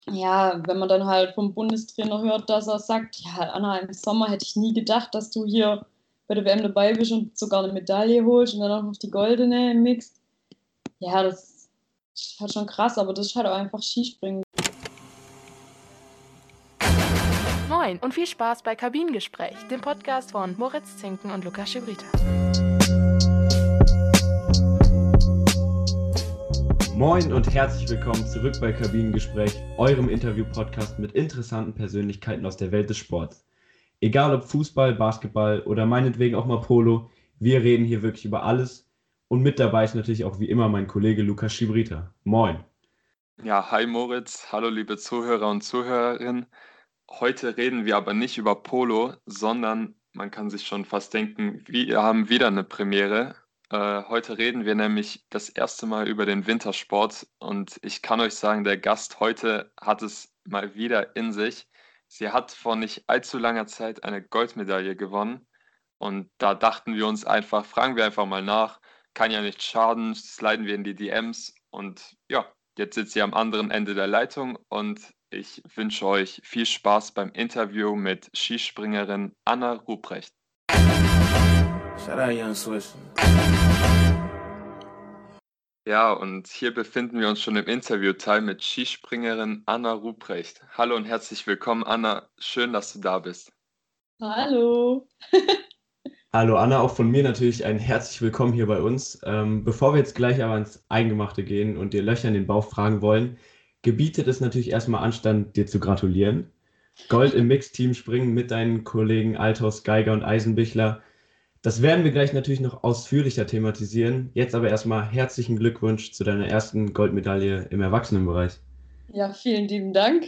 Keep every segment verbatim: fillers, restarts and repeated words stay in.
ja, wenn man dann halt vom Bundestrainer hört, dass er sagt, ja, Anna, im Sommer hätte ich nie gedacht, dass du hier bei der W M dabei bist und sogar eine Medaille holst und dann auch noch die goldene im Mixed. Ja, das ist halt schon krass, aber das ist halt auch einfach Skispringen. Moin und viel Spaß bei Kabinengespräch, dem Podcast von Moritz Zinken und Lukas Schibrita. Moin und herzlich willkommen zurück bei Kabinengespräch, eurem Interview-Podcast mit interessanten Persönlichkeiten aus der Welt des Sports. Egal ob Fußball, Basketball oder meinetwegen auch mal Polo, wir reden hier wirklich über alles. Und mit dabei ist natürlich auch wie immer mein Kollege Lukas Schibrita. Moin. Ja, hi Moritz, hallo liebe Zuhörer und Zuhörerinnen. Heute reden wir aber nicht über Polo, sondern man kann sich schon fast denken, wir haben wieder eine Premiere. Äh, heute reden wir nämlich das erste Mal über den Wintersport und ich kann euch sagen, der Gast heute hat es mal wieder in sich. Sie hat vor nicht allzu langer Zeit eine Goldmedaille gewonnen und da dachten wir uns einfach, fragen wir einfach mal nach, kann ja nicht schaden, sliden wir in die D Ms und ja, jetzt sitzt sie am anderen Ende der Leitung und ich wünsche euch viel Spaß beim Interview mit Skispringerin Anna Ruprecht. Shout out Young Swiss. Ja, und hier befinden wir uns schon im Interviewteil mit Skispringerin Anna Ruprecht. Hallo und herzlich willkommen, Anna. Schön, dass du da bist. Hallo. Hallo Anna, auch von mir natürlich ein herzlich willkommen hier bei uns. Ähm, bevor wir jetzt gleich aber ins Eingemachte gehen und dir Löcher in den Bauch fragen wollen, gebietet es natürlich erstmal Anstand, dir zu gratulieren. Gold im Mixteam springen mit deinen Kollegen Althaus, Geiger und Eisenbichler. Das werden wir gleich natürlich noch ausführlicher thematisieren. Jetzt aber erstmal herzlichen Glückwunsch zu deiner ersten Goldmedaille im Erwachsenenbereich. Ja, vielen lieben Dank.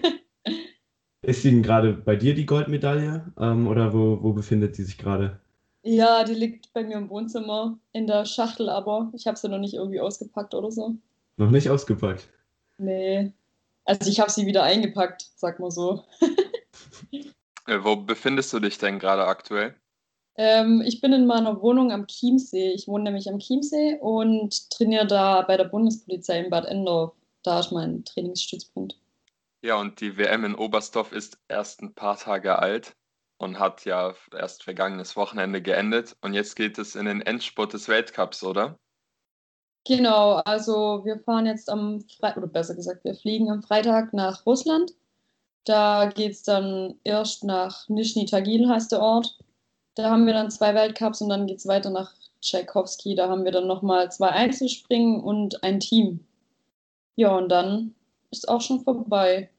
Ist sie denn gerade bei dir die Goldmedaille ähm, oder wo, wo befindet sie sich gerade? Ja, die liegt bei mir im Wohnzimmer in der Schachtel, aber ich habe sie noch nicht irgendwie ausgepackt oder so. Noch nicht ausgepackt. Nee. Also ich habe sie wieder eingepackt, sag mal so. Äh, wo befindest du dich denn gerade aktuell? Ähm, ich bin in meiner Wohnung am Chiemsee. Ich wohne nämlich am Chiemsee und trainiere da bei der Bundespolizei in Bad Endorf. Da ist mein Trainingsstützpunkt. Ja, und die W M in Oberstdorf ist erst ein paar Tage alt und hat ja erst vergangenes Wochenende geendet. Und jetzt geht es in den Endspurt des Weltcups, oder? Genau, also wir fahren jetzt am Freitag, oder besser gesagt, wir fliegen am Freitag nach Russland. Da geht es dann erst nach Nischni Tagil, heißt der Ort. Da haben wir dann zwei Weltcups und dann geht es weiter nach Tschaikowski. Da haben wir dann nochmal zwei Einzelspringen und ein Team. Ja, und dann ist auch schon vorbei.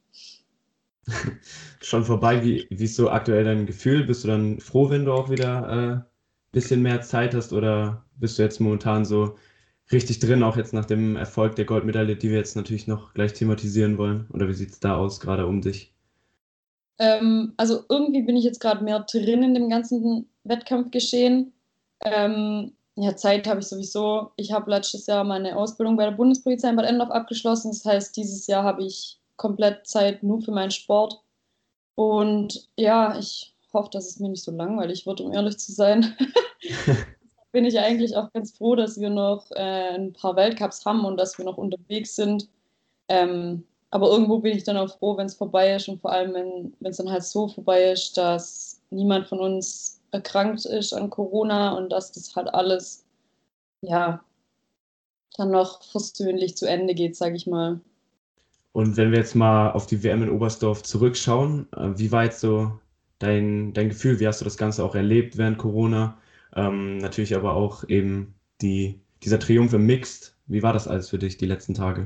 Schon vorbei, wie, wie ist so aktuell dein Gefühl? Bist du dann froh, wenn du auch wieder ein äh, bisschen mehr Zeit hast oder bist du jetzt momentan so richtig drin, auch jetzt nach dem Erfolg der Goldmedaille, die wir jetzt natürlich noch gleich thematisieren wollen? Oder wie sieht es da aus, gerade um dich? Ähm, also irgendwie bin ich jetzt gerade mehr drin in dem ganzen Wettkampfgeschehen. Ähm, ja, Zeit habe ich sowieso. Ich habe letztes Jahr meine Ausbildung bei der Bundespolizei in Bad Endorf abgeschlossen. Das heißt, dieses Jahr habe ich komplett Zeit nur für meinen Sport. Und ja, ich hoffe, dass es mir nicht so langweilig wird, um ehrlich zu sein. Bin ich eigentlich auch ganz froh, dass wir noch äh, ein paar Weltcups haben und dass wir noch unterwegs sind. Ähm, aber irgendwo bin ich dann auch froh, wenn es vorbei ist und vor allem, wenn wenn es dann halt so vorbei ist, dass niemand von uns erkrankt ist an Corona und dass das halt alles, ja, dann noch versöhnlich zu Ende geht, sage ich mal. Und wenn wir jetzt mal auf die W M in Oberstdorf zurückschauen, äh, wie war jetzt so dein, dein Gefühl? Wie hast du das Ganze auch erlebt während Corona? Ähm, natürlich aber auch eben die, dieser Triumph im Mixed. Wie war das alles für dich die letzten Tage?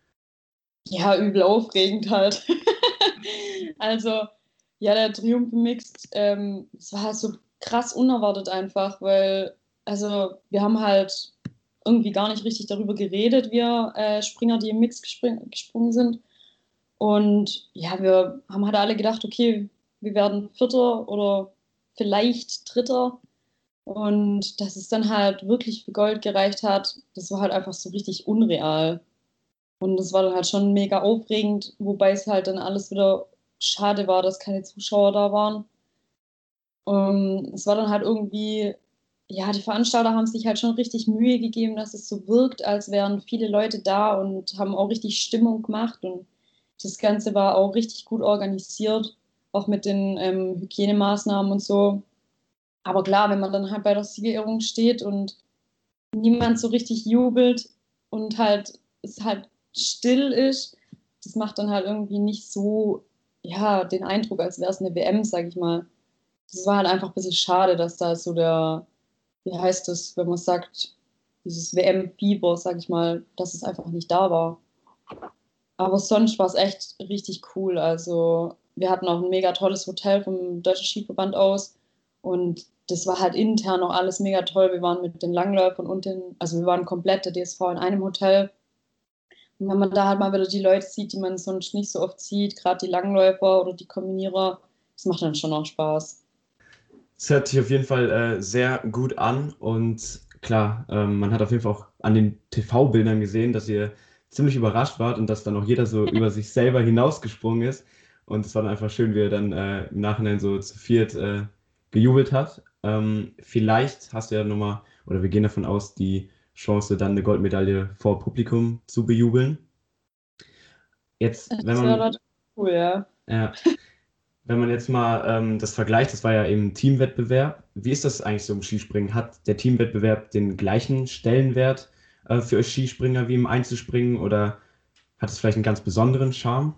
Ja, übel aufregend halt. Also, ja, der Triumph Mixed, ähm, es war halt so krass unerwartet einfach, weil, also, wir haben halt irgendwie gar nicht richtig darüber geredet, wir äh, Springer, die im Mix gespring gesprungen sind. Und ja, wir haben halt alle gedacht, okay, wir werden Vierter oder vielleicht Dritter. Und dass es dann halt wirklich für Gold gereicht hat, das war halt einfach so richtig unreal. Und das war dann halt schon mega aufregend, wobei es halt dann alles wieder schade war, dass keine Zuschauer da waren. Ähm, es war dann halt irgendwie, ja, die Veranstalter haben sich halt schon richtig Mühe gegeben, dass es so wirkt, als wären viele Leute da und haben auch richtig Stimmung gemacht. Und das Ganze war auch richtig gut organisiert, auch mit den ähm, Hygienemaßnahmen und so. Aber klar, wenn man dann halt bei der Siegerehrung steht und niemand so richtig jubelt und halt es halt still ist, das macht dann halt irgendwie nicht so, ja, den Eindruck, als wäre es eine W M, sag ich mal. Das war halt einfach ein bisschen schade, dass da so der, wie heißt das, wenn man sagt, dieses W M-Fieber, sag ich mal, dass es einfach nicht da war. Aber sonst war es echt richtig cool. Also wir hatten auch ein mega tolles Hotel vom Deutschen Skiverband aus und das war halt intern auch alles mega toll. Wir waren mit den Langläufern und den, also wir waren komplett der D S V in einem Hotel. Und wenn man da halt mal wieder die Leute sieht, die man sonst nicht so oft sieht, gerade die Langläufer oder die Kombinierer, das macht dann schon auch Spaß. Es hört sich auf jeden Fall äh, sehr gut an und klar, ähm, man hat auf jeden Fall auch an den T V-Bildern gesehen, dass ihr ziemlich überrascht wart und dass dann auch jeder so über sich selber hinausgesprungen ist. Und es war dann einfach schön, wie er dann äh, im Nachhinein so zu viert äh, gejubelt hat. Ähm, vielleicht hast du ja nochmal, oder wir gehen davon aus, die Chance, dann eine Goldmedaille vor Publikum zu bejubeln. Jetzt, wenn Das man, wäre cool, ja. ja, wenn man jetzt mal ähm, das vergleicht, das war ja eben Teamwettbewerb. Wie ist das eigentlich so im Skispringen? Hat der Teamwettbewerb den gleichen Stellenwert äh, für euch Skispringer wie im Einzelspringen oder hat es vielleicht einen ganz besonderen Charme?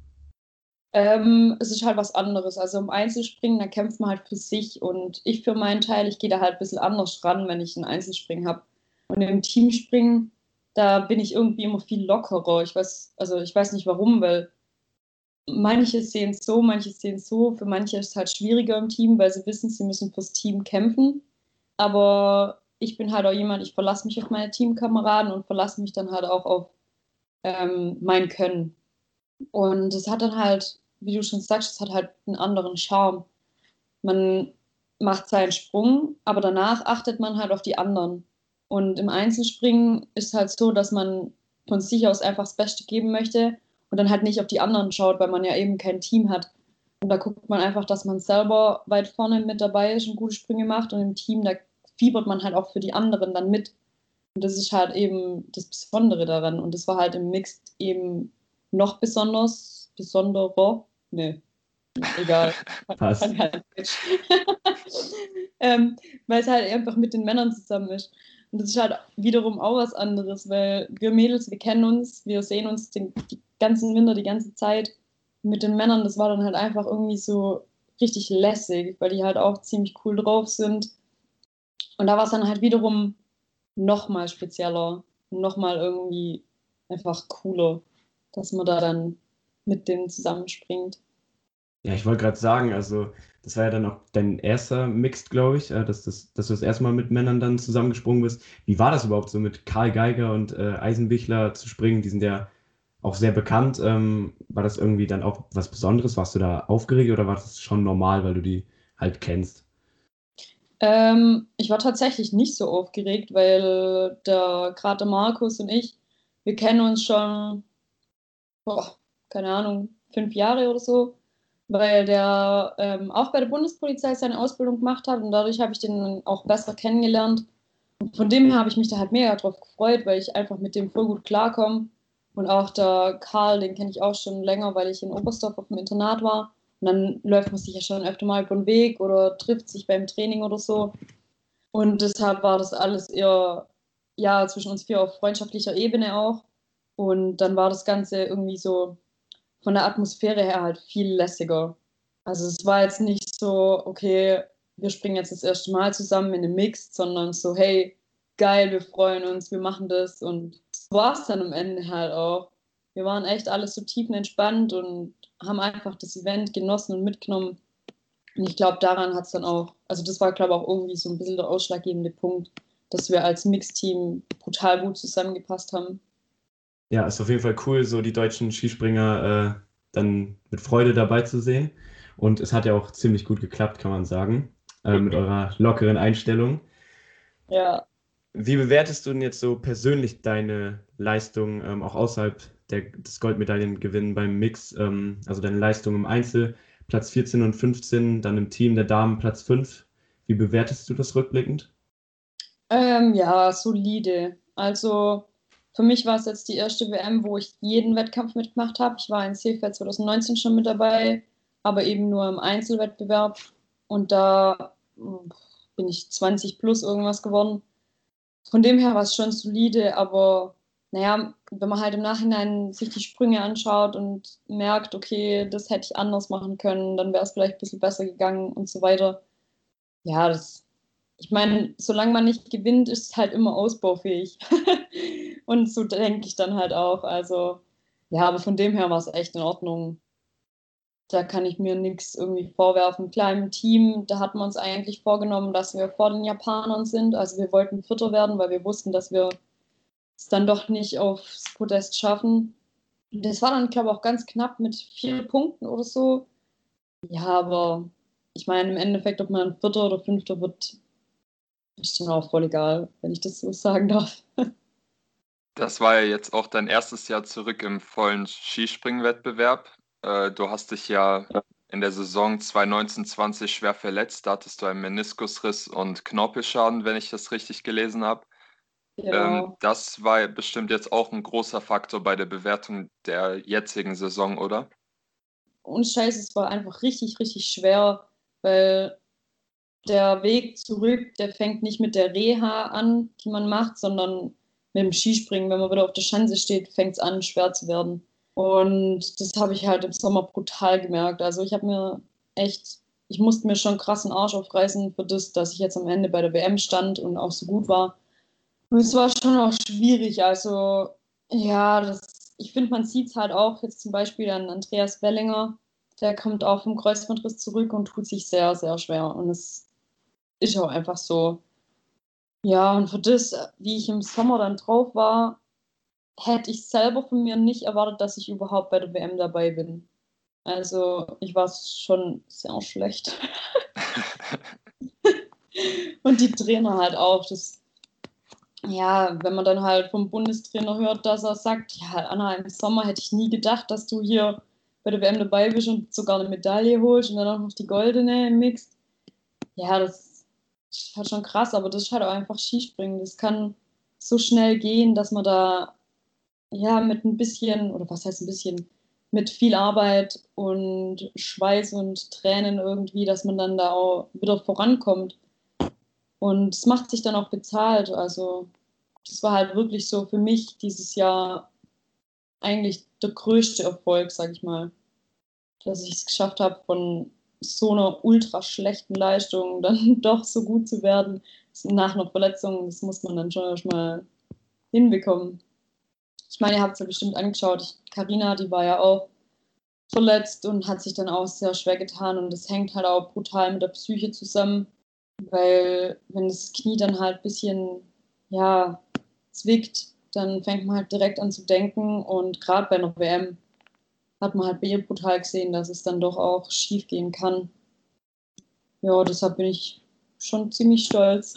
Ähm, es ist halt was anderes. Also im Einzelspringen, da kämpft man halt für sich und ich für meinen Teil, ich gehe da halt ein bisschen anders ran, wenn ich ein Einzelspringen habe. Und im Teamspringen, da bin ich irgendwie immer viel lockerer. Ich weiß, also ich weiß nicht warum, weil manche sehen es so, manche sehen es so. Für manche ist es halt schwieriger im Team, weil sie wissen, sie müssen fürs Team kämpfen. Aber ich bin halt auch jemand, ich verlasse mich auf meine Teamkameraden und verlasse mich dann halt auch auf ähm, mein Können. Und es hat dann halt, wie du schon sagst, es hat halt einen anderen Charme. Man macht seinen Sprung, aber danach achtet man halt auf die anderen. Und im Einzelspringen ist halt so, dass man von sich aus einfach das Beste geben möchte und dann halt nicht auf die anderen schaut, weil man ja eben kein Team hat. Und da guckt man einfach, dass man selber weit vorne mit dabei ist und gute Sprünge macht und im Team, da fiebert man halt auch für die anderen dann mit. Und das ist halt eben das Besondere daran. Und das war halt im Mixed eben noch besonders, besonderer. Nee, egal. Passt. Kann halt nicht. ähm, weil es halt einfach mit den Männern zusammen ist. Und das ist halt wiederum auch was anderes, weil wir Mädels, wir kennen uns, wir sehen uns den die ganzen Winter, die ganze Zeit. Und mit den Männern, das war dann halt einfach irgendwie so richtig lässig, weil die halt auch ziemlich cool drauf sind. Und da war es dann halt wiederum nochmal spezieller, nochmal irgendwie einfach cooler, dass man da dann mit denen zusammenspringt. Ja, ich wollte gerade sagen, also das war ja dann auch dein erster Mixed, glaube ich, äh, dass, das, dass du das erste Mal mit Männern dann zusammengesprungen bist. Wie war das überhaupt so mit Karl Geiger und äh, Eisenbichler zu springen? Die sind ja auch sehr bekannt. Ähm, war das irgendwie dann auch was Besonderes? Warst du da aufgeregt oder war das schon normal, weil du die halt kennst? Ähm, ich war tatsächlich nicht so aufgeregt, weil der gerade der Markus und ich, wir kennen uns schon, boah, keine Ahnung, fünf Jahre oder so, weil der ähm, auch bei der Bundespolizei seine Ausbildung gemacht hat und dadurch habe ich den auch besser kennengelernt. Und von dem her habe ich mich da halt mega drauf gefreut, weil ich einfach mit dem voll gut klarkomme. Und auch der Karl, den kenne ich auch schon länger, weil ich in Oberstdorf auf dem Internat war. Und dann läuft man sich ja schon öfter mal über den Weg oder trifft sich beim Training oder so. Und deshalb war das alles eher, ja, zwischen uns vier auf freundschaftlicher Ebene auch. Und dann war das Ganze irgendwie so von der Atmosphäre her halt viel lässiger. Also es war jetzt nicht so, okay, wir springen jetzt das erste Mal zusammen in einem Mix, sondern so, hey, geil, wir freuen uns, wir machen das. Und so war es dann am Ende halt auch. Wir waren echt alles so tiefenentspannt und haben einfach das Event genossen und mitgenommen. Und ich glaube, daran hat es dann auch, also das war, glaube ich, auch irgendwie so ein bisschen der ausschlaggebende Punkt, dass wir als Mixteam brutal gut zusammengepasst haben. Ja, ist auf jeden Fall cool, so die deutschen Skispringer äh, dann mit Freude dabei zu sehen. Und es hat ja auch ziemlich gut geklappt, kann man sagen, äh, mit eurer lockeren Einstellung. Ja. Wie bewertest du denn jetzt so persönlich deine Leistung, ähm, auch außerhalb der, des Goldmedaillengewinns beim Mix, ähm, also deine Leistung im Einzel, Platz vierzehn und fünfzehn, dann im Team der Damen Platz fünf. Wie bewertest du das rückblickend? Ähm, ja, solide. Also für mich war es jetzt die erste W M, wo ich jeden Wettkampf mitgemacht habe. Ich war in Seefeld zwanzig neunzehn schon mit dabei, aber eben nur im Einzelwettbewerb. Und da bin ich zwanzig plus irgendwas geworden. Von dem her war es schon solide, aber naja, wenn man halt im Nachhinein sich die Sprünge anschaut und merkt, okay, das hätte ich anders machen können, dann wäre es vielleicht ein bisschen besser gegangen und so weiter. Ja, das, ich meine, solange man nicht gewinnt, ist es halt immer ausbaufähig. Und so denke ich dann halt auch. Also, ja, aber von dem her war es echt in Ordnung. Da kann ich mir nichts irgendwie vorwerfen. Klar, im Team, da hatten wir uns eigentlich vorgenommen, dass wir vor den Japanern sind. Also wir wollten Vierter werden, weil wir wussten, dass wir es dann doch nicht aufs Podest schaffen. Das war dann, glaube ich, auch ganz knapp mit vier Punkten oder so. Ja, aber ich meine, im Endeffekt, ob man Vierter oder Fünfter wird, ist dann auch voll egal, wenn ich das so sagen darf. Das war ja jetzt auch dein erstes Jahr zurück im vollen Skispringwettbewerb. Äh, du hast dich ja in der Saison zwanzig neunzehn zwanzig schwer verletzt. Da hattest du einen Meniskusriss und Knorpelschaden, wenn ich das richtig gelesen habe. Ähm, Genau. das war ja bestimmt jetzt auch ein großer Faktor bei der Bewertung der jetzigen Saison, oder? Und Scheiße, es war einfach richtig, richtig schwer, weil der Weg zurück, der fängt nicht mit der Reha an, die man macht, sondern mit dem Skispringen. Wenn man wieder auf der Schanze steht, fängt es an, schwer zu werden. Und das habe ich halt im Sommer brutal gemerkt. Also ich habe mir echt, ich musste mir schon krass den Arsch aufreißen für das, dass ich jetzt am Ende bei der W M stand und auch so gut war. Und es war schon auch schwierig. Also ja, das, ich finde, man sieht es halt auch jetzt zum Beispiel an Andreas Wellinger. Der kommt auch vom Kreuzbandriss zurück und tut sich sehr, sehr schwer. Und es ist auch einfach so. Ja, und für das, wie ich im Sommer dann drauf war, hätte ich selber von mir nicht erwartet, dass ich überhaupt bei der W M dabei bin. Also ich war schon sehr schlecht. Und die Trainer halt auch. Das, ja, wenn man dann halt vom Bundestrainer hört, dass er sagt, ja, Anna, im Sommer hätte ich nie gedacht, dass du hier bei der W M dabei bist und sogar eine Medaille holst und dann auch noch die goldene im Mix. Ja, das ist halt schon krass, aber das ist halt auch einfach Skispringen. Das kann so schnell gehen, dass man da ja mit ein bisschen, oder was heißt ein bisschen, mit viel Arbeit und Schweiß und Tränen irgendwie, dass man dann da auch wieder vorankommt. Und es macht sich dann auch bezahlt. Also das war halt wirklich so für mich dieses Jahr eigentlich der größte Erfolg, sag ich mal, dass ich es geschafft habe, von so einer ultra schlechten Leistung dann doch so gut zu werden. Nach einer Verletzung, das muss man dann schon erstmal hinbekommen. Ich meine, ihr habt es ja bestimmt angeschaut. Carina, die war ja auch verletzt und hat sich dann auch sehr schwer getan. Und das hängt halt auch brutal mit der Psyche zusammen, weil wenn das Knie dann halt ein bisschen, ja, zwickt, dann fängt man halt direkt an zu denken. Und gerade bei einer W M hat man halt bei ihr brutal gesehen, dass es dann doch auch schief gehen kann. Ja, deshalb bin ich schon ziemlich stolz.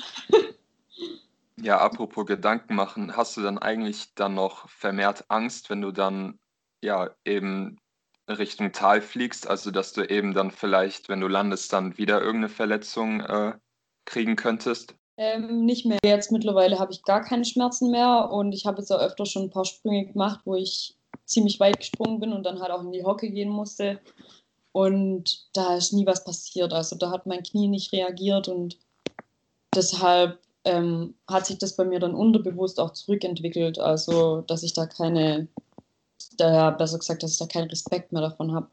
Ja, apropos Gedanken machen, hast du dann eigentlich dann noch vermehrt Angst, wenn du dann ja eben Richtung Tal fliegst, also dass du eben dann vielleicht, wenn du landest, dann wieder irgendeine Verletzung äh, kriegen könntest? Ähm, nicht mehr. Jetzt mittlerweile habe ich gar keine Schmerzen mehr und ich habe jetzt auch öfter schon ein paar Sprünge gemacht, wo ich ziemlich weit gesprungen bin und dann halt auch in die Hocke gehen musste. Und da ist nie was passiert. Also da hat mein Knie nicht reagiert und deshalb ähm, hat sich das bei mir dann unterbewusst auch zurückentwickelt. Also dass ich da keine, daher besser gesagt, dass ich da keinen Respekt mehr davon habe.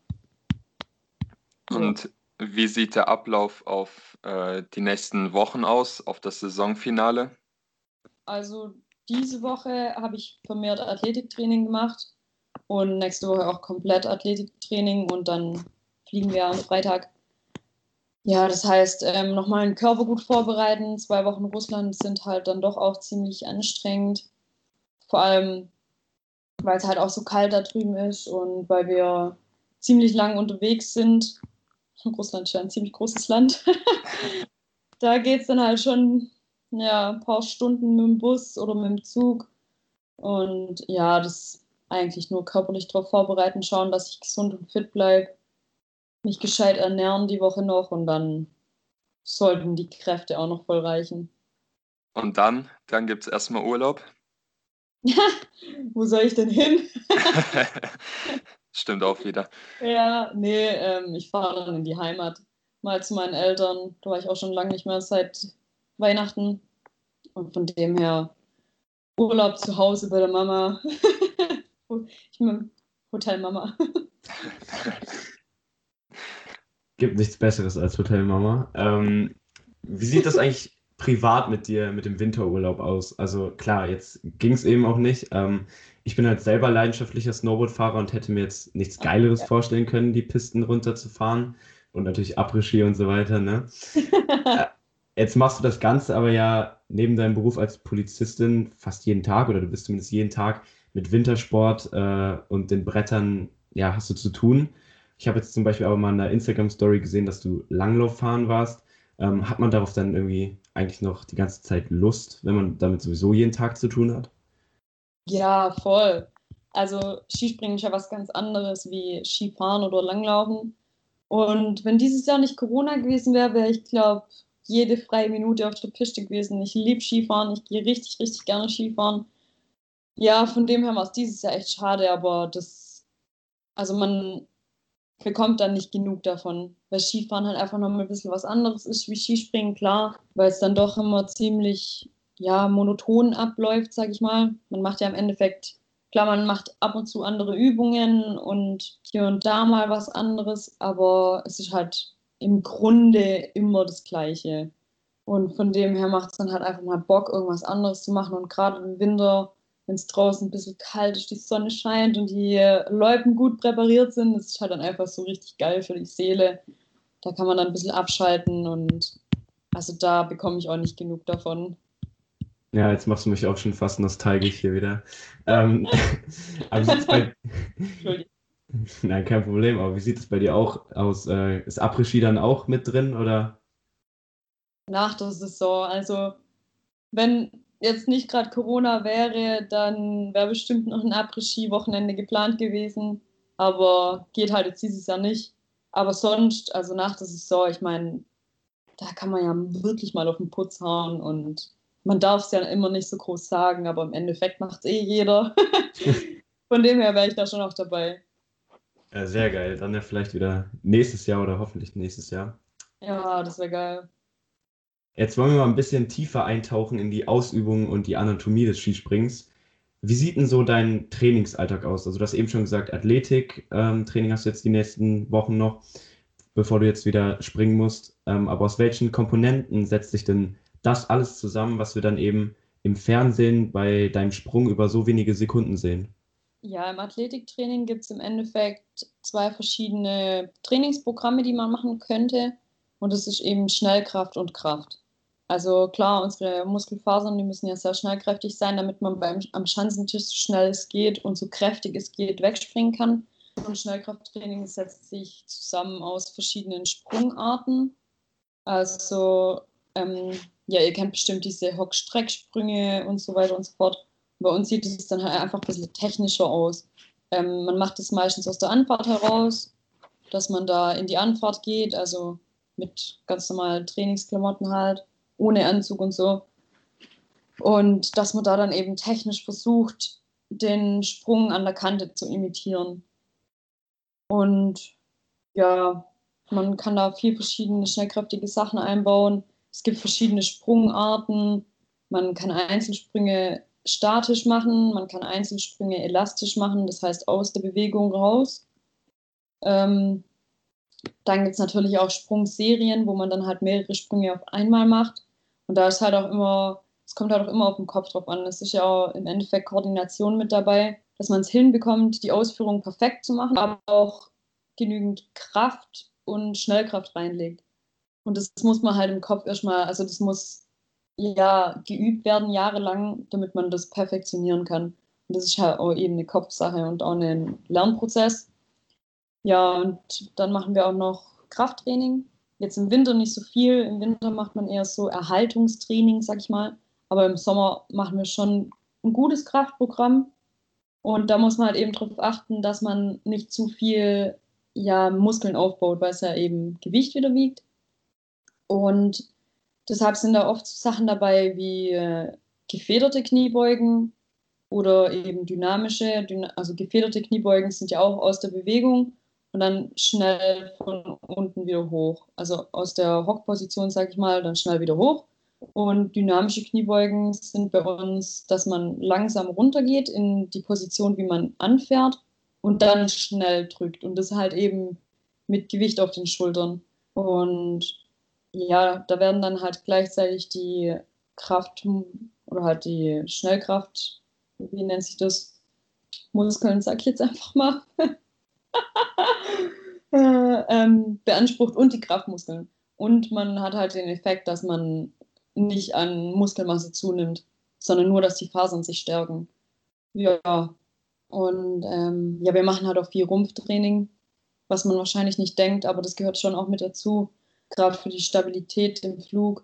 Ja. Und wie sieht der Ablauf auf äh, die nächsten Wochen aus, auf das Saisonfinale? Also diese Woche habe ich vermehrt Athletiktraining gemacht und nächste Woche auch komplett Athletiktraining und dann fliegen wir am Freitag. Ja, das heißt, ähm, nochmal den Körper gut vorbereiten. Zwei Wochen Russland sind halt dann doch auch ziemlich anstrengend. Vor allem, weil es halt auch so kalt da drüben ist und weil wir ziemlich lang unterwegs sind. Russland ist ja ein ziemlich großes Land. Da geht es dann halt schon ja, ein paar Stunden mit dem Bus oder mit dem Zug. Und ja, das eigentlich nur körperlich darauf vorbereiten, schauen, dass ich gesund und fit bleibe, mich gescheit ernähren die Woche noch und dann sollten die Kräfte auch noch voll reichen. Und dann, dann gibt es erstmal Urlaub. Wo soll ich denn hin? Stimmt auch wieder. Ja, nee, ähm, ich fahre dann in die Heimat. Mal zu meinen Eltern. Da war ich auch schon lange nicht mehr seit Weihnachten. Und von dem her Urlaub zu Hause bei der Mama. Ich bin Hotelmama. Gibt nichts Besseres als Hotelmama. Ähm, wie sieht das eigentlich privat mit dir, mit dem Winterurlaub aus? Also klar, jetzt ging es eben auch nicht. Ähm, ich bin halt selber leidenschaftlicher Snowboardfahrer und hätte mir jetzt nichts Geileres Ja. vorstellen können, die Pisten runterzufahren und natürlich Après-Ski und so weiter, ne? Äh, Jetzt machst du das Ganze aber ja neben deinem Beruf als Polizistin fast jeden Tag oder du bist zumindest jeden Tag mit Wintersport äh, und den Brettern, ja, hast du zu tun. Ich habe jetzt zum Beispiel aber mal in einer Instagram-Story gesehen, dass du Langlauf fahren warst. Ähm, hat man darauf dann irgendwie eigentlich noch die ganze Zeit Lust, wenn man damit sowieso jeden Tag zu tun hat? Ja, voll. Also Skispringen ist ja was ganz anderes wie Skifahren oder Langlaufen. Und wenn dieses Jahr nicht Corona gewesen wäre, wäre ich, glaube jede freie Minute auf der Piste gewesen. Ich liebe Skifahren, ich gehe richtig, richtig gerne Skifahren. Ja, von dem her war es dieses Jahr echt schade, aber das, also man bekommt dann nicht genug davon, weil Skifahren halt einfach noch mal ein bisschen was anderes ist wie Skispringen, klar, weil es dann doch immer ziemlich, ja, monoton abläuft, sag ich mal. Man macht ja im Endeffekt, klar, man macht ab und zu andere Übungen und hier und da mal was anderes, aber es ist halt im Grunde immer das Gleiche. Und von dem her macht es dann halt einfach mal Bock, irgendwas anderes zu machen. Und gerade im Winter, wenn es draußen ein bisschen kalt ist, die Sonne scheint und die Loipen gut präpariert sind, das ist halt dann einfach so richtig geil für die Seele. Da kann man dann ein bisschen abschalten und also da bekomme ich auch nicht genug davon. Ja, jetzt machst du mich auch schon fast nostalgisch hier wieder. Ähm, aber wie sieht's bei... Entschuldigung. Nein, kein Problem, aber wie sieht es bei dir auch aus? Äh, ist Après-Ski dann auch mit drin oder? Nach der Saison, also wenn jetzt nicht gerade Corona wäre, dann wäre bestimmt noch ein Après-Ski-Wochenende geplant gewesen. Aber geht halt jetzt dieses Jahr nicht. Aber sonst, also nach der Saison, ich meine, da kann man ja wirklich mal auf den Putz hauen und man darf es ja immer nicht so groß sagen, aber im Endeffekt macht es eh jeder. Von dem her wäre ich da schon auch dabei. Ja, sehr geil. Dann ja vielleicht wieder nächstes Jahr oder hoffentlich nächstes Jahr. Ja, das wäre geil. Jetzt wollen wir mal ein bisschen tiefer eintauchen in die Ausübung und die Anatomie des Skisprings. Wie sieht denn so dein Trainingsalltag aus? Also du hast eben schon gesagt, Athletik-Training hast du jetzt die nächsten Wochen noch, bevor du jetzt wieder springen musst. Ähm, aber aus welchen Komponenten setzt sich denn das alles zusammen, was wir dann eben im Fernsehen bei deinem Sprung über so wenige Sekunden sehen? Ja, im Athletiktraining gibt es im Endeffekt zwei verschiedene Trainingsprogramme, die man machen könnte. Und das ist eben Schnellkraft und Kraft. Also klar, unsere Muskelfasern, die müssen ja sehr schnellkräftig sein, damit man beim, am Schanzentisch so schnell es geht und so kräftig es geht wegspringen kann. Und Schnellkrafttraining setzt sich zusammen aus verschiedenen Sprungarten. Also, ähm, ja, ihr kennt bestimmt diese Hock-Streck-Sprünge und so weiter und so fort. Bei uns sieht es dann halt einfach ein bisschen technischer aus. Ähm, man macht es meistens aus der Anfahrt heraus, dass man da in die Anfahrt geht, also mit ganz normalen Trainingsklamotten halt, ohne Anzug und so. Und dass man da dann eben technisch versucht, den Sprung an der Kante zu imitieren. Und ja, man kann da vier verschiedene schnellkräftige Sachen einbauen. Es gibt verschiedene Sprungarten. Man kann Einzelsprünge statisch machen, man kann Einzelsprünge elastisch machen, das heißt aus der Bewegung raus. Ähm, dann gibt es natürlich auch Sprungserien, wo man dann halt mehrere Sprünge auf einmal macht. Und da ist halt auch immer, es kommt halt auch immer auf den Kopf drauf an. Es ist ja auch im Endeffekt Koordination mit dabei, dass man es hinbekommt, die Ausführung perfekt zu machen, aber auch genügend Kraft und Schnellkraft reinlegt. Und das muss man halt im Kopf erstmal, also das muss ja geübt werden, jahrelang, damit man das perfektionieren kann. Und das ist halt auch eben eine Kopfsache und auch ein Lernprozess. Ja, und dann machen wir auch noch Krafttraining. Jetzt im Winter nicht so viel. Im Winter macht man eher so Erhaltungstraining, sag ich mal. Aber im Sommer machen wir schon ein gutes Kraftprogramm. Und da muss man halt eben darauf achten, dass man nicht zu viel ja, Muskeln aufbaut, weil es ja eben Gewicht wieder wiegt. Und deshalb sind da oft so Sachen dabei wie äh, gefederte Kniebeugen. oder eben dynamische, dyna also gefederte Kniebeugen sind ja auch aus der Bewegung und dann schnell von unten wieder hoch. Also aus der Hockposition, sage ich mal, dann schnell wieder hoch. Und dynamische Kniebeugen sind bei uns, dass man langsam runtergeht in die Position, wie man anfährt und dann schnell drückt. Und das halt eben mit Gewicht auf den Schultern. Und ja, da werden dann halt gleichzeitig die Kraft oder halt die Schnellkraft, wie nennt sich das? Muskeln, sag ich jetzt einfach mal, äh, ähm, beansprucht und die Kraftmuskeln. Und man hat halt den Effekt, dass man nicht an Muskelmasse zunimmt, sondern nur, dass die Fasern sich stärken. Ja, und ähm, ja, wir machen halt auch viel Rumpftraining, was man wahrscheinlich nicht denkt, aber das gehört schon auch mit dazu, gerade für die Stabilität im Flug.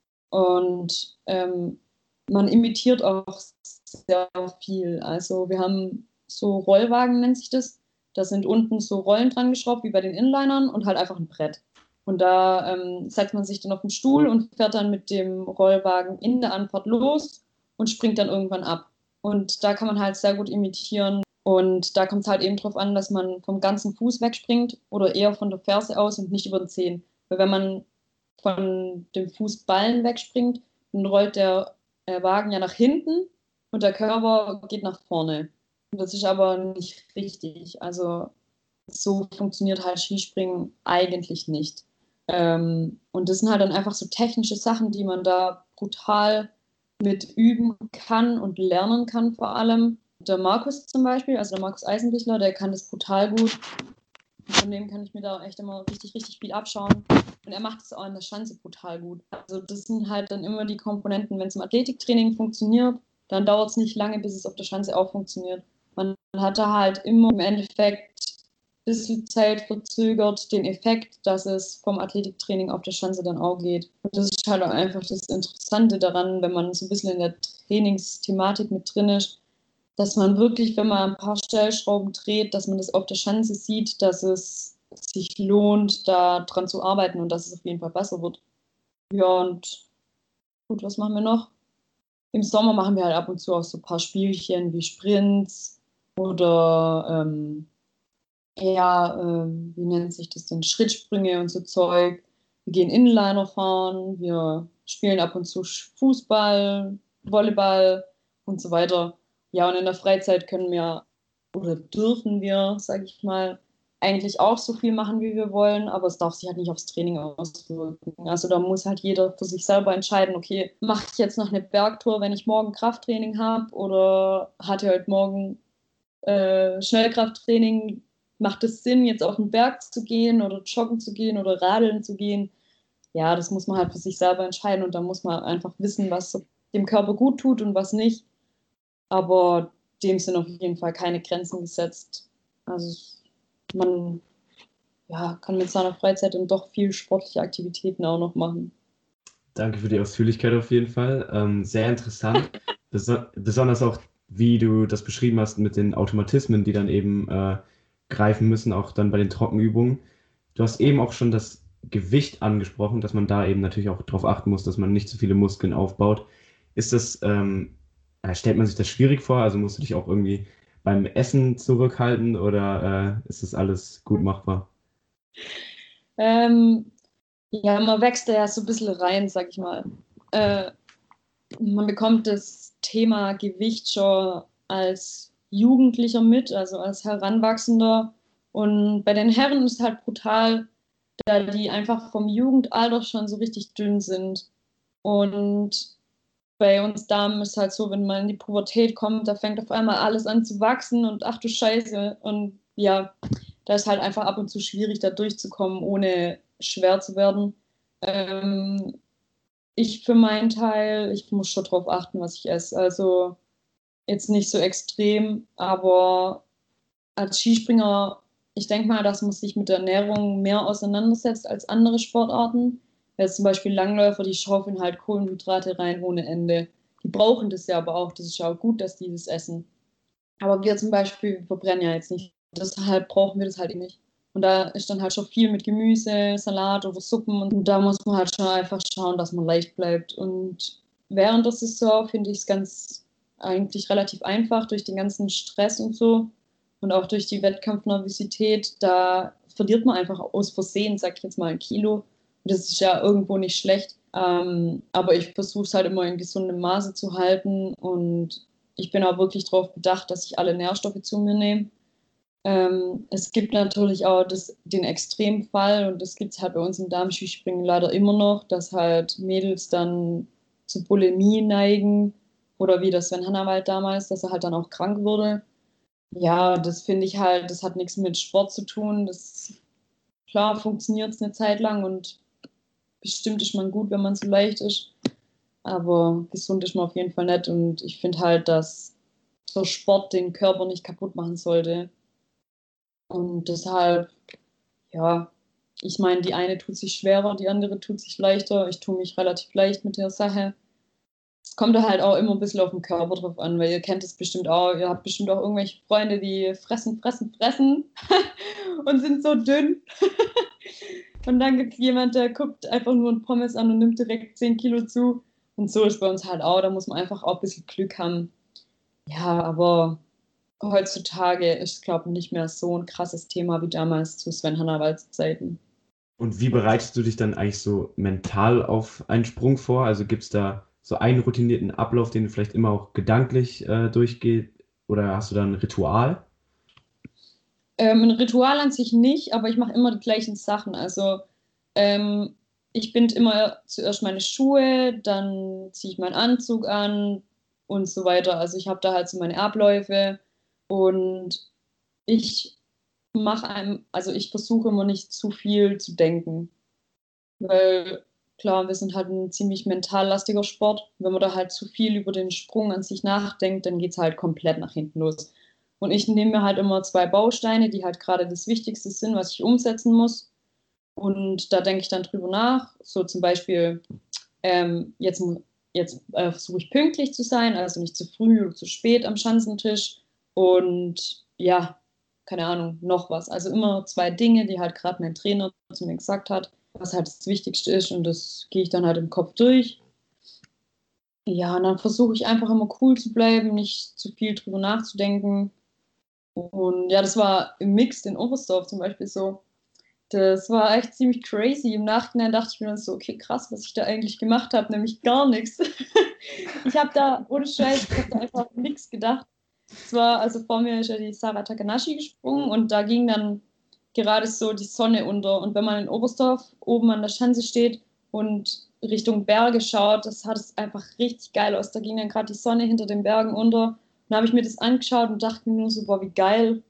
Und ähm, man imitiert auch sehr viel. Also wir haben so Rollwagen, nennt sich das. Da sind unten so Rollen dran geschraubt, wie bei den Inlinern und halt einfach ein Brett. Und da ähm, setzt man sich dann auf den Stuhl und fährt dann mit dem Rollwagen in der Anfahrt los und springt dann irgendwann ab. Und da kann man halt sehr gut imitieren. Und da kommt es halt eben drauf an, dass man vom ganzen Fuß wegspringt oder eher von der Ferse aus und nicht über den Zehen. Weil wenn man von dem Fußballen wegspringt, dann rollt der äh, Wagen ja nach hinten und der Körper geht nach vorne. Und das ist aber nicht richtig. Also so funktioniert halt Skispringen eigentlich nicht. Ähm, und das sind halt dann einfach so technische Sachen, die man da brutal mit üben kann und lernen kann vor allem. Der Markus zum Beispiel, also der Markus Eisenbichler, der kann das brutal gut. Von dem kann ich mir da echt immer richtig, richtig viel abschauen. Und er macht es auch in der Schanze brutal gut. Also das sind halt dann immer die Komponenten. Wenn es im Athletiktraining funktioniert, dann dauert es nicht lange, bis es auf der Schanze auch funktioniert. Man hat da halt immer im Endeffekt ein bisschen Zeit verzögert den Effekt, dass es vom Athletiktraining auf der Schanze dann auch geht. Und das ist halt auch einfach das Interessante daran, wenn man so ein bisschen in der Trainingsthematik mit drin ist, dass man wirklich, wenn man ein paar Stellschrauben dreht, dass man das auf der Schanze sieht, dass es sich lohnt, da dran zu arbeiten und dass es auf jeden Fall besser wird. Ja, und gut, was machen wir noch? Im Sommer machen wir halt ab und zu auch so ein paar Spielchen wie Sprints oder ähm, ja, ähm, wie nennt sich das denn? Schrittsprünge und so Zeug. Wir gehen Inliner fahren, wir spielen ab und zu Fußball, Volleyball und so weiter. Ja, und in der Freizeit können wir oder dürfen wir, sage ich mal, eigentlich auch so viel machen, wie wir wollen, aber es darf sich halt nicht aufs Training auswirken. Also da muss halt jeder für sich selber entscheiden, okay, mache ich jetzt noch eine Bergtour, wenn ich morgen Krafttraining habe oder hatte heute Morgen äh, Schnellkrafttraining, macht es Sinn, jetzt auf den Berg zu gehen oder joggen zu gehen oder radeln zu gehen? Ja, das muss man halt für sich selber entscheiden und da muss man einfach wissen, was dem Körper gut tut und was nicht. Aber dem sind auf jeden Fall keine Grenzen gesetzt. Also man ja, kann mit seiner Freizeit dann doch viel sportliche Aktivitäten auch noch machen. Danke für die Ausführlichkeit auf jeden Fall. Ähm, sehr interessant. Beso- besonders auch, wie du das beschrieben hast mit den Automatismen, die dann eben äh, greifen müssen, auch dann bei den Trockenübungen. Du hast eben auch schon das Gewicht angesprochen, dass man da eben natürlich auch darauf achten muss, dass man nicht zu viele Muskeln aufbaut. Ist das, ähm, äh, stellt man sich das schwierig vor? Also musst du dich auch irgendwie beim Essen zurückhalten oder äh, ist das alles gut machbar? Ähm, ja, man wächst da ja so ein bisschen rein, sag ich mal. Äh, man bekommt das Thema Gewicht schon als Jugendlicher mit, also als Heranwachsender. Und bei den Herren ist es halt brutal, da die einfach vom Jugendalter schon so richtig dünn sind. Und bei uns Damen ist es halt so, wenn man in die Pubertät kommt, da fängt auf einmal alles an zu wachsen und ach du Scheiße. Und ja, da ist halt einfach ab und zu schwierig, da durchzukommen, ohne schwer zu werden. Ähm, ich für meinen Teil, ich muss schon drauf achten, was ich esse. Also jetzt nicht so extrem, aber als Skispringer, ich denke mal, dass man sich mit der Ernährung mehr auseinandersetzt als andere Sportarten. Jetzt zum Beispiel Langläufer, die schaufeln halt Kohlenhydrate rein ohne Ende. Die brauchen das ja aber auch. Das ist ja auch gut, dass die das essen. Aber wir zum Beispiel wir verbrennen ja jetzt nicht. Deshalb brauchen wir das halt nicht. Und da ist dann halt schon viel mit Gemüse, Salat oder Suppen. Und da muss man halt schon einfach schauen, dass man leicht bleibt. Und während der Saison finde ich es ganz eigentlich relativ einfach durch den ganzen Stress und so und auch durch die Wettkampfnervosität. Da verliert man einfach aus Versehen, sag ich jetzt mal, ein Kilo. Und das ist ja irgendwo nicht schlecht. Ähm, aber ich versuche es halt immer in gesundem Maße zu halten und ich bin auch wirklich darauf bedacht, dass ich alle Nährstoffe zu mir nehme. Ähm, es gibt natürlich auch das, den Extremfall und das gibt es halt bei uns im Darmskispringen leider immer noch, dass halt Mädels dann zu Bulimie neigen oder wie das Sven Hannawald damals, dass er halt dann auch krank wurde. Ja, das finde ich halt, das hat nichts mit Sport zu tun. Das, klar funktioniert es eine Zeit lang und bestimmt ist man gut, wenn man so leicht ist, aber gesund ist man auf jeden Fall nicht und ich finde halt, dass der Sport den Körper nicht kaputt machen sollte. Und deshalb, ja, ich meine, die eine tut sich schwerer, die andere tut sich leichter. Ich tue mich relativ leicht mit der Sache. Es kommt da halt auch immer ein bisschen auf den Körper drauf an, weil ihr kennt es bestimmt auch. Ihr habt bestimmt auch irgendwelche Freunde, die fressen, fressen, fressen und sind so dünn. Und dann gibt es jemand, der guckt einfach nur ein Pommes an und nimmt direkt zehn Kilo zu. Und so ist bei uns halt auch. Da muss man einfach auch ein bisschen Glück haben. Ja, aber heutzutage ist, glaube ich, nicht mehr so ein krasses Thema wie damals zu Sven Hannawalds Zeiten. Und wie bereitest du dich dann eigentlich so mental auf einen Sprung vor? Also gibt es da so einen routinierten Ablauf, den du vielleicht immer auch gedanklich äh, durchgehst? Oder hast du da ein Ritual? Ähm, ein Ritual an sich nicht, aber ich mache immer die gleichen Sachen. Also ähm, ich binde immer zuerst meine Schuhe, dann ziehe ich meinen Anzug an und so weiter. Also ich habe da halt so meine Abläufe und ich mache einem, also ich versuche immer nicht zu viel zu denken, weil klar, wir sind halt ein ziemlich mental lastiger Sport. Wenn man da halt zu viel über den Sprung an sich nachdenkt, dann geht es halt komplett nach hinten los. Und ich nehme mir halt immer zwei Bausteine, die halt gerade das Wichtigste sind, was ich umsetzen muss. Und da denke ich dann drüber nach. So zum Beispiel, ähm, jetzt, jetzt äh, versuche ich pünktlich zu sein, also nicht zu früh oder zu spät am Schanzentisch. Und ja, keine Ahnung, noch was. Also immer zwei Dinge, die halt gerade mein Trainer zu mir gesagt hat, was halt das Wichtigste ist. Und das gehe ich dann halt im Kopf durch. Ja, und dann versuche ich einfach immer cool zu bleiben, nicht zu viel drüber nachzudenken. Und ja, das war im Mix in Oberstdorf zum Beispiel so. Das war echt ziemlich crazy. Im Nachhinein dachte ich mir dann so, okay, krass, was ich da eigentlich gemacht habe, nämlich gar nichts. Ich habe da, ohne Scheiß, ich habe da einfach nichts gedacht. Es war, also vor mir ist ja die Sarah Takanashi gesprungen und da ging dann gerade so die Sonne unter. Und wenn man in Oberstdorf oben an der Schanze steht und Richtung Berge schaut, das hat es einfach richtig geil aus. Da ging dann gerade die Sonne hinter den Bergen unter. Und dann habe ich mir das angeschaut und dachte mir nur so, boah, wie geil.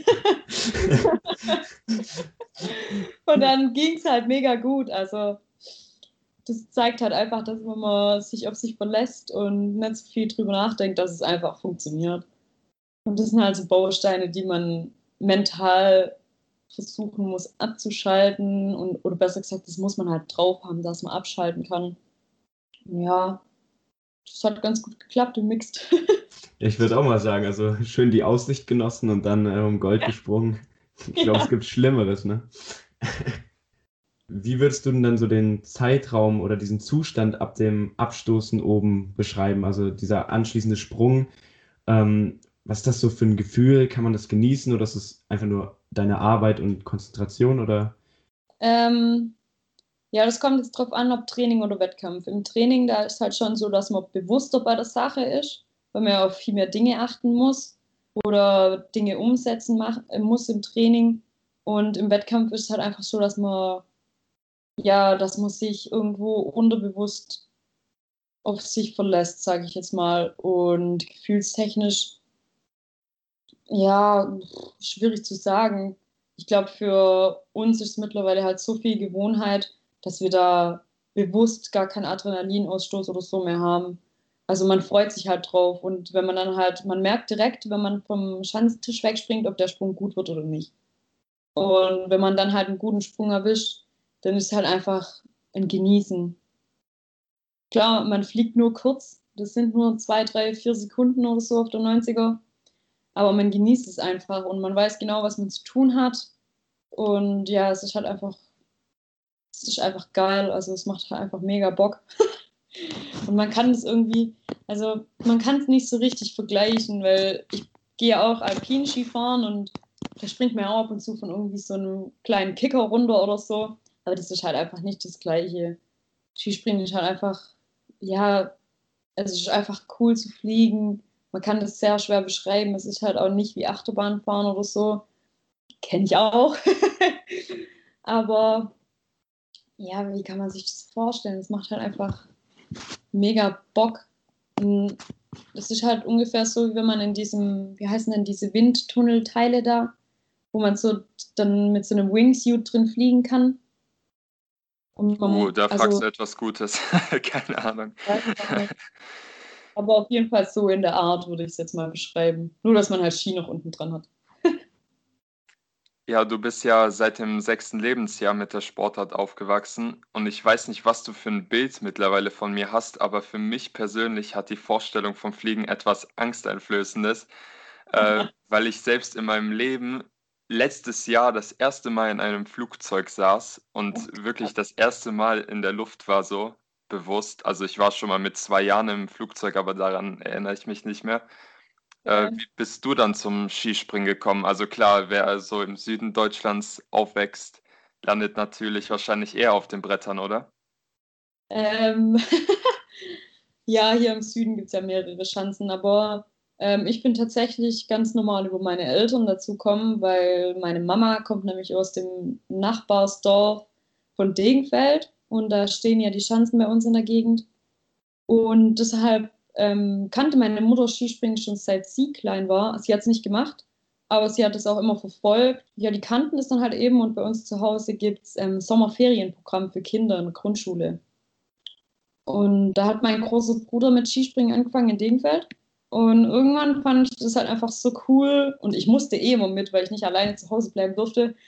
Und dann ging es halt mega gut. Also das zeigt halt einfach, dass wenn man sich auf sich verlässt und nicht so viel drüber nachdenkt, dass es einfach funktioniert. Und das sind halt so Bausteine, die man mental versuchen muss abzuschalten und, oder besser gesagt, das muss man halt drauf haben, dass man abschalten kann. Ja, das hat ganz gut geklappt im Mixed. Ich würde auch mal sagen, also schön die Aussicht genossen und dann äh, um Gold gesprungen. Ich glaube, Ja. es gibt Schlimmeres, ne? Wie würdest du denn dann so den Zeitraum oder diesen Zustand ab dem Abstoßen oben beschreiben? Also dieser anschließende Sprung, ähm, was ist das so für ein Gefühl? Kann man das genießen oder ist es einfach nur deine Arbeit und Konzentration oder? Ähm, ja, das kommt jetzt drauf an, ob Training oder Wettkampf. Im Training, da ist halt schon so, dass man bewusster bei der Sache ist, weil man ja auf viel mehr Dinge achten muss oder Dinge umsetzen mach, äh, muss im Training. Und im Wettkampf ist es halt einfach so, dass man, ja, dass man sich irgendwo unterbewusst auf sich verlässt, sage ich jetzt mal. Und gefühlstechnisch, ja, schwierig zu sagen. Ich glaube, für uns ist es mittlerweile halt so viel Gewohnheit, dass wir da bewusst gar keinen Adrenalinausstoß oder so mehr haben. Also man freut sich halt drauf und wenn man dann halt, man merkt direkt, wenn man vom Schanztisch wegspringt, ob der Sprung gut wird oder nicht. Und wenn man dann halt einen guten Sprung erwischt, dann ist es halt einfach ein Genießen. Klar, man fliegt nur kurz, das sind nur zwei, drei, vier Sekunden oder so auf der neunziger. Aber man genießt es einfach und man weiß genau, was man zu tun hat. Und ja, es ist halt einfach, es ist einfach geil. Also es macht halt einfach mega Bock. Und man kann es irgendwie, also man kann es nicht so richtig vergleichen, weil ich gehe auch Alpin-Ski fahren und da springt man ja auch ab und zu von irgendwie so einem kleinen Kicker runter oder so. Aber das ist halt einfach nicht das Gleiche. Skispringen ist halt einfach, ja, es ist einfach cool zu fliegen. Man kann das sehr schwer beschreiben. Es ist halt auch nicht wie Achterbahnfahren oder so. Kenne ich auch. Aber ja, wie kann man sich das vorstellen? Es macht halt einfach mega Bock. Es ist halt ungefähr so, wie wenn man in diesem, wie heißen denn diese Windtunnelteile da, wo man so dann mit so einem Wingsuit drin fliegen kann. Und man, Uh, da fragst also, du etwas Gutes. Keine Ahnung. Aber auf jeden Fall so in der Art würde ich es jetzt mal beschreiben. Nur, dass man halt Ski noch unten dran hat. Ja, du bist ja seit dem sechsten Lebensjahr mit der Sportart aufgewachsen und ich weiß nicht, was du für ein Bild mittlerweile von mir hast, aber für mich persönlich hat die Vorstellung vom Fliegen etwas Angsteinflößendes, äh, weil ich selbst in meinem Leben letztes Jahr das erste Mal in einem Flugzeug saß und wirklich das erste Mal in der Luft war so bewusst. Also ich war schon mal mit zwei Jahren im Flugzeug, aber daran erinnere ich mich nicht mehr. Äh, Ja. wie bist du dann zum Skispringen gekommen? Also klar, wer so im Süden Deutschlands aufwächst, landet natürlich wahrscheinlich eher auf den Brettern, oder? Ähm, ja, hier im Süden gibt es ja mehrere Schanzen, aber ähm, ich bin tatsächlich ganz normal über meine Eltern dazu gekommen, weil meine Mama kommt nämlich aus dem Nachbarsdorf von Degenfeld und da stehen ja die Schanzen bei uns in der Gegend. Und deshalb ähm, kannte meine Mutter Skispringen schon seit sie klein war. Sie hat es nicht gemacht, aber sie hat es auch immer verfolgt. Ja, die kannten es dann halt eben und bei uns zu Hause gibt es ähm, Sommerferienprogramm für Kinder in der Grundschule. Und da hat mein großer Bruder mit Skispringen angefangen in Degenfeld. Und irgendwann fand ich das halt einfach so cool. Und ich musste eh immer mit, weil ich nicht alleine zu Hause bleiben durfte.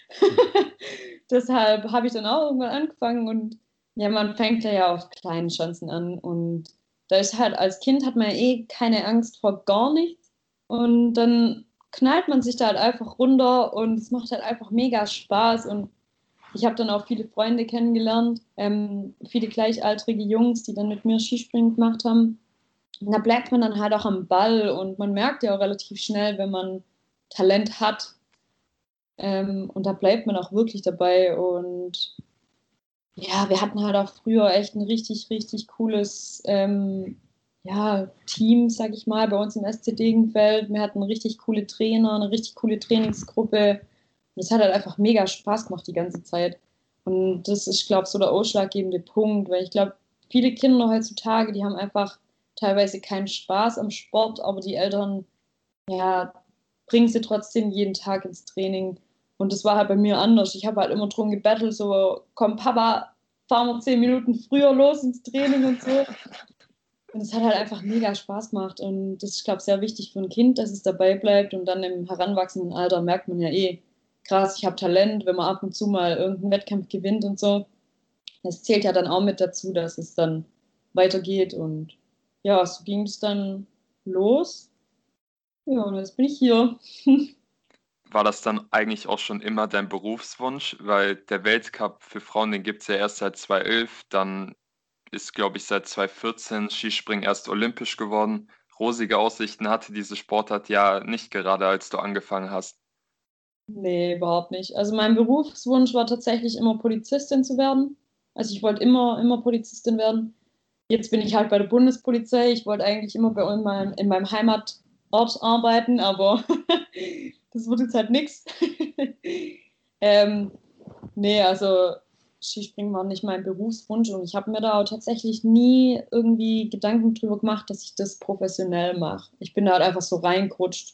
Deshalb habe ich dann auch irgendwann angefangen. Und ja, man fängt ja auf kleinen Schanzen an. Und da ist halt, als Kind hat man ja eh keine Angst vor gar nichts. Und dann knallt man sich da halt einfach runter und es macht halt einfach mega Spaß. Und ich habe dann auch viele Freunde kennengelernt, ähm, viele gleichaltrige Jungs, die dann mit mir Skispringen gemacht haben. Und da bleibt man dann halt auch am Ball und man merkt ja auch relativ schnell, wenn man Talent hat. Ähm, und da bleibt man auch wirklich dabei. Und ja, wir hatten halt auch früher echt ein richtig, richtig cooles ähm, ja, Team, sag ich mal, bei uns im S C Degenfeld. Wir hatten richtig coole Trainer, eine richtig coole Trainingsgruppe. Und es hat halt einfach mega Spaß gemacht die ganze Zeit. Und das ist, glaube ich, so der ausschlaggebende Punkt, weil ich glaube, viele Kinder heutzutage, die haben einfach teilweise keinen Spaß am Sport, aber die Eltern, ja, bringen sie trotzdem jeden Tag ins Training. Und das war halt bei mir anders. Ich habe halt immer drum gebettelt, so, komm Papa, fahren wir zehn Minuten früher los ins Training und so. Und es hat halt einfach mega Spaß gemacht. Und das ist, glaube ich, sehr wichtig für ein Kind, dass es dabei bleibt. Und dann im heranwachsenden Alter merkt man ja eh, krass, ich habe Talent, wenn man ab und zu mal irgendeinen Wettkampf gewinnt und so. Das zählt ja dann auch mit dazu, dass es dann weitergeht. Und ja, so ging es dann los. Ja, und jetzt bin ich hier. War das dann eigentlich auch schon immer dein Berufswunsch? Weil der Weltcup für Frauen, den gibt es ja erst seit zweitausendelf, dann ist, glaube ich, seit zweitausendvierzehn Skispringen erst olympisch geworden. Rosige Aussichten hatte diese Sportart ja nicht gerade, als du angefangen hast. Nee, überhaupt nicht. Also mein Berufswunsch war tatsächlich immer Polizistin zu werden. Also ich wollte immer, immer Polizistin werden. Jetzt bin ich halt bei der Bundespolizei. Ich wollte eigentlich immer bei in meinem, in meinem Heimatort arbeiten, aber das wird jetzt halt nichts. ähm, nee, also Skispringen war nicht mein Berufswunsch und ich habe mir da auch tatsächlich nie irgendwie Gedanken drüber gemacht, dass ich das professionell mache. Ich bin da halt einfach so reingerutscht.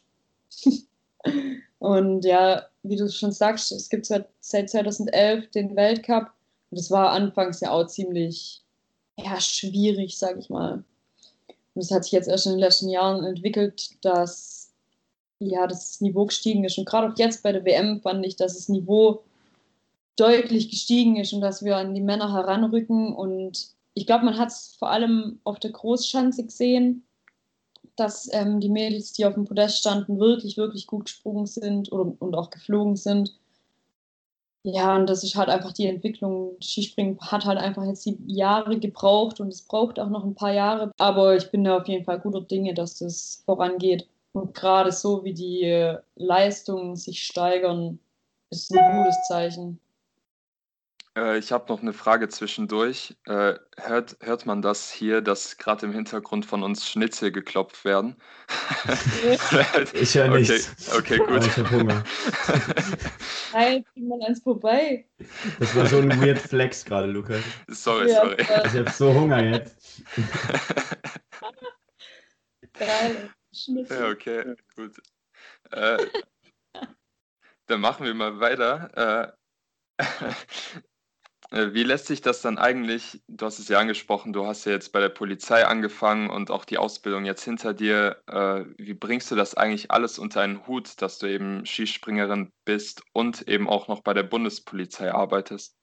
Und ja, wie du schon sagst, es gibt seit, seit zweitausendelf den Weltcup und das war anfangs ja auch ziemlich ja, schwierig, sage ich mal. Und es hat sich jetzt erst in den letzten Jahren entwickelt, dass ja, das Niveau gestiegen ist. Und gerade auch jetzt bei der W M fand ich, dass das Niveau deutlich gestiegen ist und dass wir an die Männer heranrücken. Und ich glaube, man hat es vor allem auf der Großschanze gesehen, dass ähm, die Mädels, die auf dem Podest standen, wirklich, wirklich gut gesprungen sind oder, und auch geflogen sind. Ja, und das ist halt einfach die Entwicklung. Skispringen hat halt einfach jetzt die Jahre gebraucht und es braucht auch noch ein paar Jahre. Aber ich bin da auf jeden Fall guter Dinge, dass das vorangeht. Und gerade so wie die äh, Leistungen sich steigern, ist ein gutes Zeichen. Äh, ich habe noch eine Frage zwischendurch. Äh, hört, hört man das hier, dass gerade im Hintergrund von uns Schnitzel geklopft werden? Ich höre Okay, nichts. okay, gut. Aber ich habe Hunger. Nein, kriegt man eins vorbei. Das war so ein weird Flex gerade, Lukas. Sorry, Ja, sorry. äh, Ich habe so Hunger jetzt. Geil. Ja, Schnitzel. okay, gut. Äh, dann machen wir mal weiter. Äh, äh, wie lässt sich das dann eigentlich, du hast es ja angesprochen, du hast ja jetzt bei der Polizei angefangen und auch die Ausbildung jetzt hinter dir. Äh, wie bringst du das eigentlich alles unter einen Hut, dass du eben Skispringerin bist und eben auch noch bei der Bundespolizei arbeitest?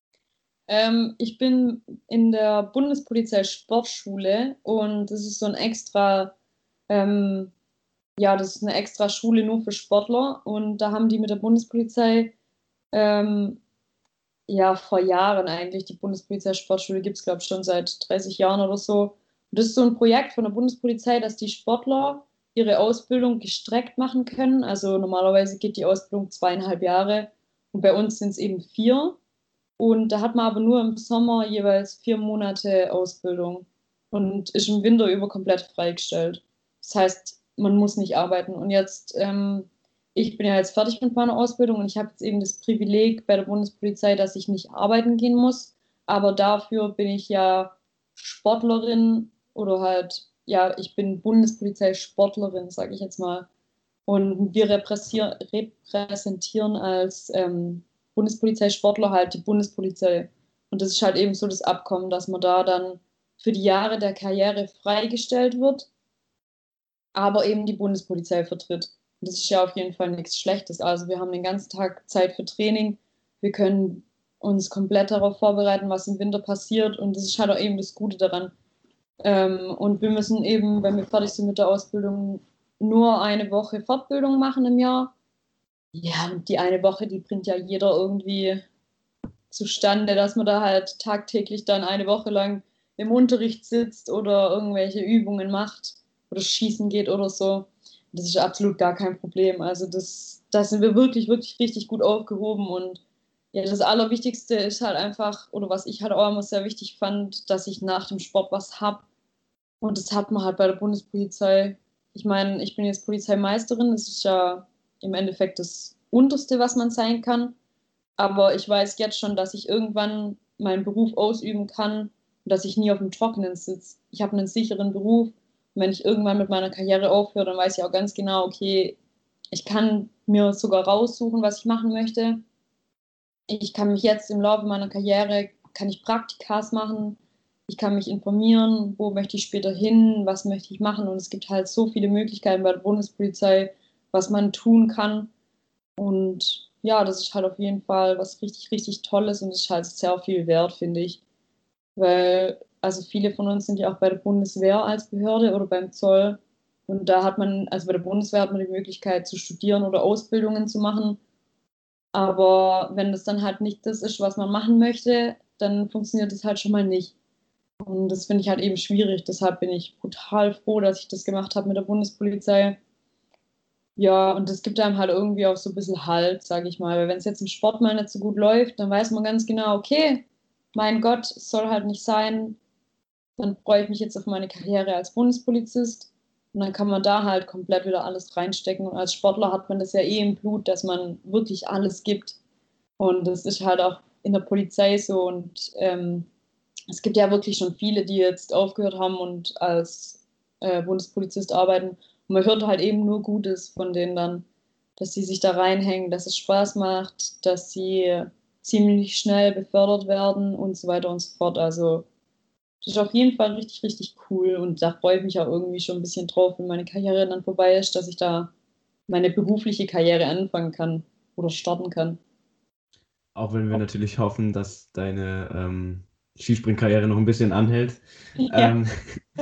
Ähm, ich bin in der Bundespolizei Sportschule und das ist so ein extra, ähm, ja, das ist eine extra Schule nur für Sportler und da haben die mit der Bundespolizei, ähm, ja, vor Jahren eigentlich, die Bundespolizei Sportschule gibt es, glaube ich, schon seit dreißig Jahren oder so. Und das ist so ein Projekt von der Bundespolizei, dass die Sportler ihre Ausbildung gestreckt machen können. Also normalerweise geht die Ausbildung zweieinhalb Jahre und bei uns sind es eben vier. Und da hat man aber nur im Sommer jeweils vier Monate Ausbildung und ist im Winter über komplett freigestellt. Das heißt, man muss nicht arbeiten. Und jetzt, ähm, ich bin ja jetzt fertig mit meiner Ausbildung und ich habe jetzt eben das Privileg bei der Bundespolizei, dass ich nicht arbeiten gehen muss. Aber dafür bin ich ja Sportlerin oder halt, ja, ich bin Bundespolizei-Sportlerin, sage ich jetzt mal. Und wir repräsentieren, repräsentieren als ähm, Bundespolizeisportler halt die Bundespolizei. Und das ist halt eben so das Abkommen, dass man da dann für die Jahre der Karriere freigestellt wird, aber eben die Bundespolizei vertritt. Und das ist ja auf jeden Fall nichts Schlechtes. Also wir haben den ganzen Tag Zeit für Training. Wir können uns komplett darauf vorbereiten, was im Winter passiert. Und das ist halt auch eben das Gute daran. Ähm, und wir müssen eben, wenn wir fertig sind mit der Ausbildung, nur eine Woche Fortbildung machen im Jahr. Ja, und die eine Woche, die bringt ja jeder irgendwie zustande, dass man da halt tagtäglich dann eine Woche lang im Unterricht sitzt oder irgendwelche Übungen macht oder schießen geht oder so. Das ist absolut gar kein Problem. Also das, da sind wir wirklich, wirklich richtig gut aufgehoben und ja, das Allerwichtigste ist halt einfach, oder was ich halt auch immer sehr wichtig fand, dass ich nach dem Sport was habe. Und das hat man halt bei der Bundespolizei. Ich meine, ich bin jetzt Polizeimeisterin, das ist ja im Endeffekt das Unterste, was man sein kann. Aber ich weiß jetzt schon, dass ich irgendwann meinen Beruf ausüben kann und dass ich nie auf dem Trockenen sitze. Ich habe einen sicheren Beruf. Und wenn ich irgendwann mit meiner Karriere aufhöre, dann weiß ich auch ganz genau, okay, ich kann mir sogar raussuchen, was ich machen möchte. Ich kann mich jetzt im Laufe meiner Karriere, kann ich Praktikas machen, ich kann mich informieren, wo möchte ich später hin, was möchte ich machen. Und es gibt halt so viele Möglichkeiten bei der Bundespolizei, was man tun kann. Und ja, das ist halt auf jeden Fall was richtig, richtig Tolles und es ist halt sehr viel wert, finde ich. Weil, also viele von uns sind ja auch bei der Bundeswehr als Behörde oder beim Zoll. Und da hat man, also bei der Bundeswehr hat man die Möglichkeit zu studieren oder Ausbildungen zu machen. Aber wenn das dann halt nicht das ist, was man machen möchte, dann funktioniert das halt schon mal nicht. Und das finde ich halt eben schwierig. Deshalb bin ich brutal froh, dass ich das gemacht habe mit der Bundespolizei. Ja, und das gibt einem halt irgendwie auch so ein bisschen Halt, sage ich mal. Weil wenn es jetzt im Sport mal nicht so gut läuft, dann weiß man ganz genau, okay, mein Gott, es soll halt nicht sein. Dann freue ich mich jetzt auf meine Karriere als Bundespolizist. Und dann kann man da halt komplett wieder alles reinstecken. Und als Sportler hat man das ja eh im Blut, dass man wirklich alles gibt. Und das ist halt auch in der Polizei so. Und ähm, es gibt ja wirklich schon viele, die jetzt aufgehört haben und als äh, Bundespolizist arbeiten. Und man hört halt eben nur Gutes von denen dann, dass sie sich da reinhängen, dass es Spaß macht, dass sie ziemlich schnell befördert werden und so weiter und so fort. Also das ist auf jeden Fall richtig, richtig cool und da freue ich mich auch irgendwie schon ein bisschen drauf, wenn meine Karriere dann vorbei ist, dass ich da meine berufliche Karriere anfangen kann oder starten kann. Auch wenn wir natürlich hoffen, dass deine ähm, Skispringkarriere noch ein bisschen anhält. Ja. Ähm,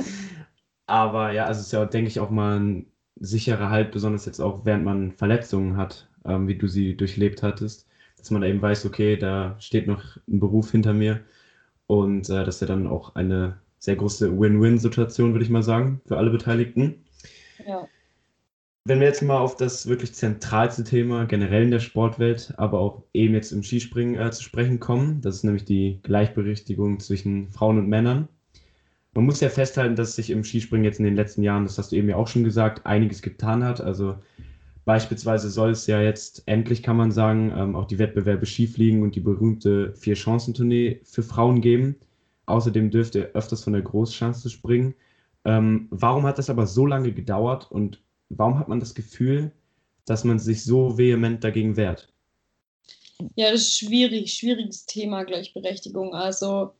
aber ja, also es ist ja, denke ich, auch mal ein sicherer Halt, besonders jetzt auch während man Verletzungen hat, ähm, wie du sie durchlebt hattest, dass man da eben weiß, okay, da steht noch ein Beruf hinter mir und äh, das ist ja dann auch eine sehr große Win-Win-Situation, würde ich mal sagen, für alle Beteiligten. Ja. Wenn wir jetzt mal auf das wirklich zentralste Thema generell in der Sportwelt, aber auch eben jetzt im Skispringen äh, zu sprechen kommen, das ist nämlich die Gleichberechtigung zwischen Frauen und Männern. Man muss ja festhalten, dass sich im Skispringen jetzt in den letzten Jahren, das hast du eben ja auch schon gesagt, einiges getan hat. Also beispielsweise soll es ja jetzt endlich, kann man sagen, ähm, auch die Wettbewerbe Skifliegen und die berühmte Vier-Chancen-Tournee für Frauen geben. Außerdem dürfte er öfters von der Großschanze springen. Ähm, warum hat das aber so lange gedauert und warum hat man das Gefühl, dass man sich so vehement dagegen wehrt? Ja, das ist schwierig, schwieriges Thema, Gleichberechtigung. Also,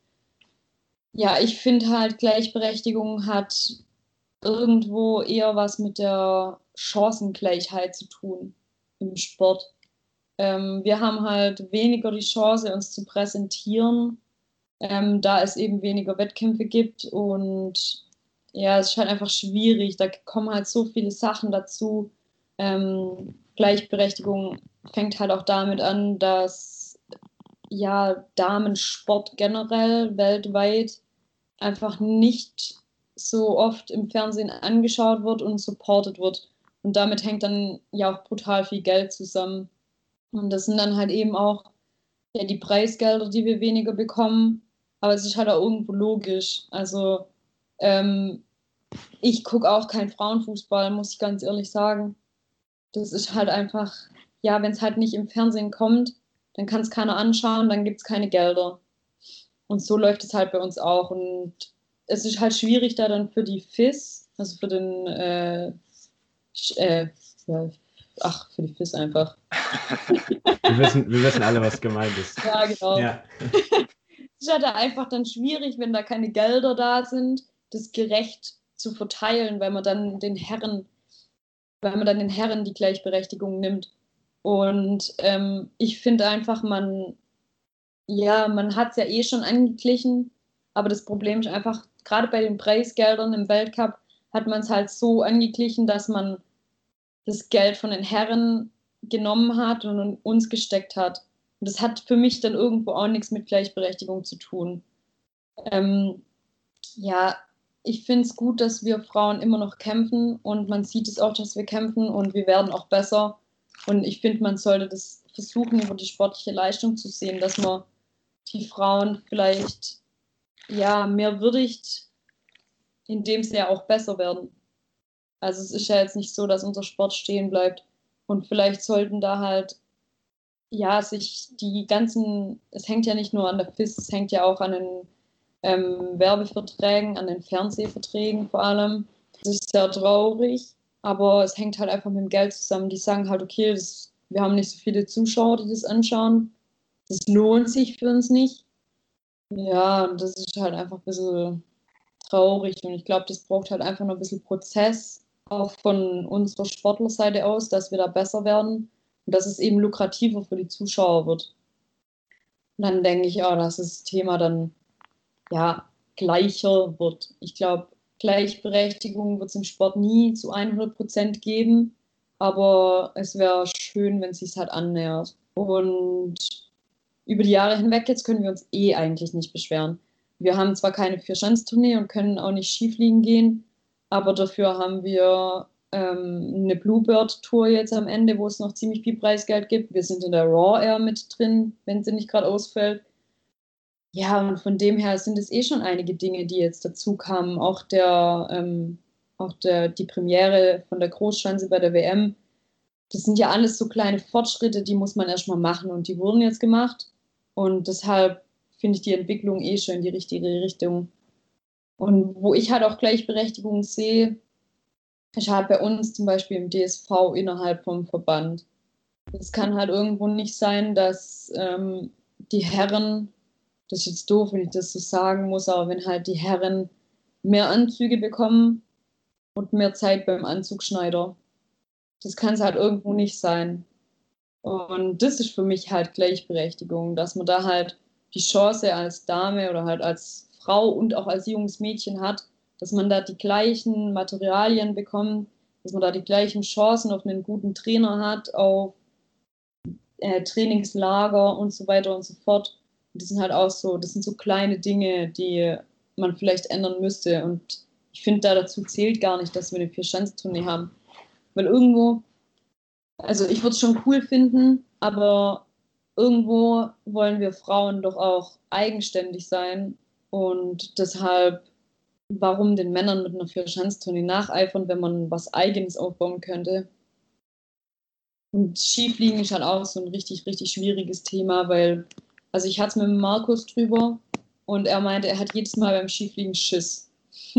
ja, ich finde halt, Gleichberechtigung hat irgendwo eher was mit der Chancengleichheit zu tun im Sport. Ähm, wir haben halt weniger die Chance, uns zu präsentieren, ähm, da es eben weniger Wettkämpfe gibt. Und ja, es ist halt einfach schwierig. Da kommen halt so viele Sachen dazu. Ähm, Gleichberechtigung fängt halt auch damit an, dass ja Damensport generell weltweit einfach nicht so oft im Fernsehen angeschaut wird und supported wird. Und damit hängt dann ja auch brutal viel Geld zusammen. Und das sind dann halt eben auch ja, die Preisgelder, die wir weniger bekommen. Aber es ist halt auch irgendwo logisch. Also ähm, ich gucke auch kein Frauenfußball, muss ich ganz ehrlich sagen. Das ist halt einfach, ja, wenn es halt nicht im Fernsehen kommt, dann kann es keiner anschauen, dann gibt es keine Gelder. Und so läuft es halt bei uns auch. Und es ist halt schwierig da dann für die F I S, also für den, äh, äh, ja, ach, für die F I S einfach. Wir wissen, wir wissen alle, was gemeint ist. Ja, genau. Ja. Es ist halt einfach dann schwierig, wenn da keine Gelder da sind, das gerecht zu verteilen, weil man dann den Herren, weil man dann den Herren die Gleichberechtigung nimmt. Und ähm, ich finde einfach, man, ja, man hat es ja eh schon angeglichen, aber das Problem ist einfach, gerade bei den Preisgeldern im Weltcup hat man es halt so angeglichen, dass man das Geld von den Herren genommen hat und in uns gesteckt hat. Und das hat für mich dann irgendwo auch nichts mit Gleichberechtigung zu tun. Ähm, ja, ich finde es gut, dass wir Frauen immer noch kämpfen und man sieht es auch, dass wir kämpfen und wir werden auch besser. Und ich finde, man sollte das versuchen, über die sportliche Leistung zu sehen, dass man die Frauen vielleicht ja, mehr würdigt, indem sie ja auch besser werden. Also es ist ja jetzt nicht so, dass unser Sport stehen bleibt. Und vielleicht sollten da halt, ja, sich die ganzen, es hängt ja nicht nur an der F I S, es hängt ja auch an den ähm, Werbeverträgen, an den Fernsehverträgen vor allem. Das ist sehr traurig, aber es hängt halt einfach mit dem Geld zusammen. Die sagen halt, okay, das, wir haben nicht so viele Zuschauer, die das anschauen. Das lohnt sich für uns nicht. Ja, und das ist halt einfach ein bisschen traurig. Und ich glaube, das braucht halt einfach noch ein bisschen Prozess, auch von unserer Sportlerseite aus, dass wir da besser werden und dass es eben lukrativer für die Zuschauer wird. Und dann denke ich, ja, dass das Thema dann ja gleicher wird. Ich glaube, Gleichberechtigung wird es im Sport nie zu hundert Prozent geben, aber es wäre schön, wenn es sich halt annähert. Und über die Jahre hinweg jetzt können wir uns eh eigentlich nicht beschweren. Wir haben zwar keine Vier-Schanzentournee und können auch nicht Skifliegen gehen, aber dafür haben wir ähm, eine Bluebird-Tour jetzt am Ende, wo es noch ziemlich viel Preisgeld gibt. Wir sind in der Raw Air mit drin, wenn sie nicht gerade ausfällt. Ja, und von dem her sind es eh schon einige Dinge, die jetzt dazu kamen. Auch der, ähm, auch der, die Premiere von der Großschanze bei der W M. Das sind ja alles so kleine Fortschritte, die muss man erstmal machen und die wurden jetzt gemacht. Und deshalb finde ich die Entwicklung eh schon in die richtige Richtung. Und wo ich halt auch Gleichberechtigung sehe, ist halt bei uns zum Beispiel im D S V innerhalb vom Verband. Es kann halt irgendwo nicht sein, dass ähm, die Herren, das ist jetzt doof, wenn ich das so sagen muss, aber wenn halt die Herren mehr Anzüge bekommen und mehr Zeit beim Anzugschneider, das kann es halt irgendwo nicht sein. Und das ist für mich halt Gleichberechtigung, dass man da halt die Chance als Dame oder halt als Frau und auch als junges Mädchen hat, dass man da die gleichen Materialien bekommt, dass man da die gleichen Chancen auf einen guten Trainer hat, auf äh, Trainingslager und so weiter und so fort. Und das sind halt auch so, das sind so kleine Dinge, die man vielleicht ändern müsste. Und ich finde, da dazu zählt gar nicht, dass wir eine Vierschanzentournee haben. Weil irgendwo, also ich würde es schon cool finden, aber irgendwo wollen wir Frauen doch auch eigenständig sein. Und deshalb, warum den Männern mit einer Vierschanzentournee nacheifern, wenn man was Eigenes aufbauen könnte? Und Skifliegen ist halt auch so ein richtig, richtig schwieriges Thema, weil, also ich hatte es mit dem Markus drüber und er meinte, er hat jedes Mal beim Skifliegen Schiss.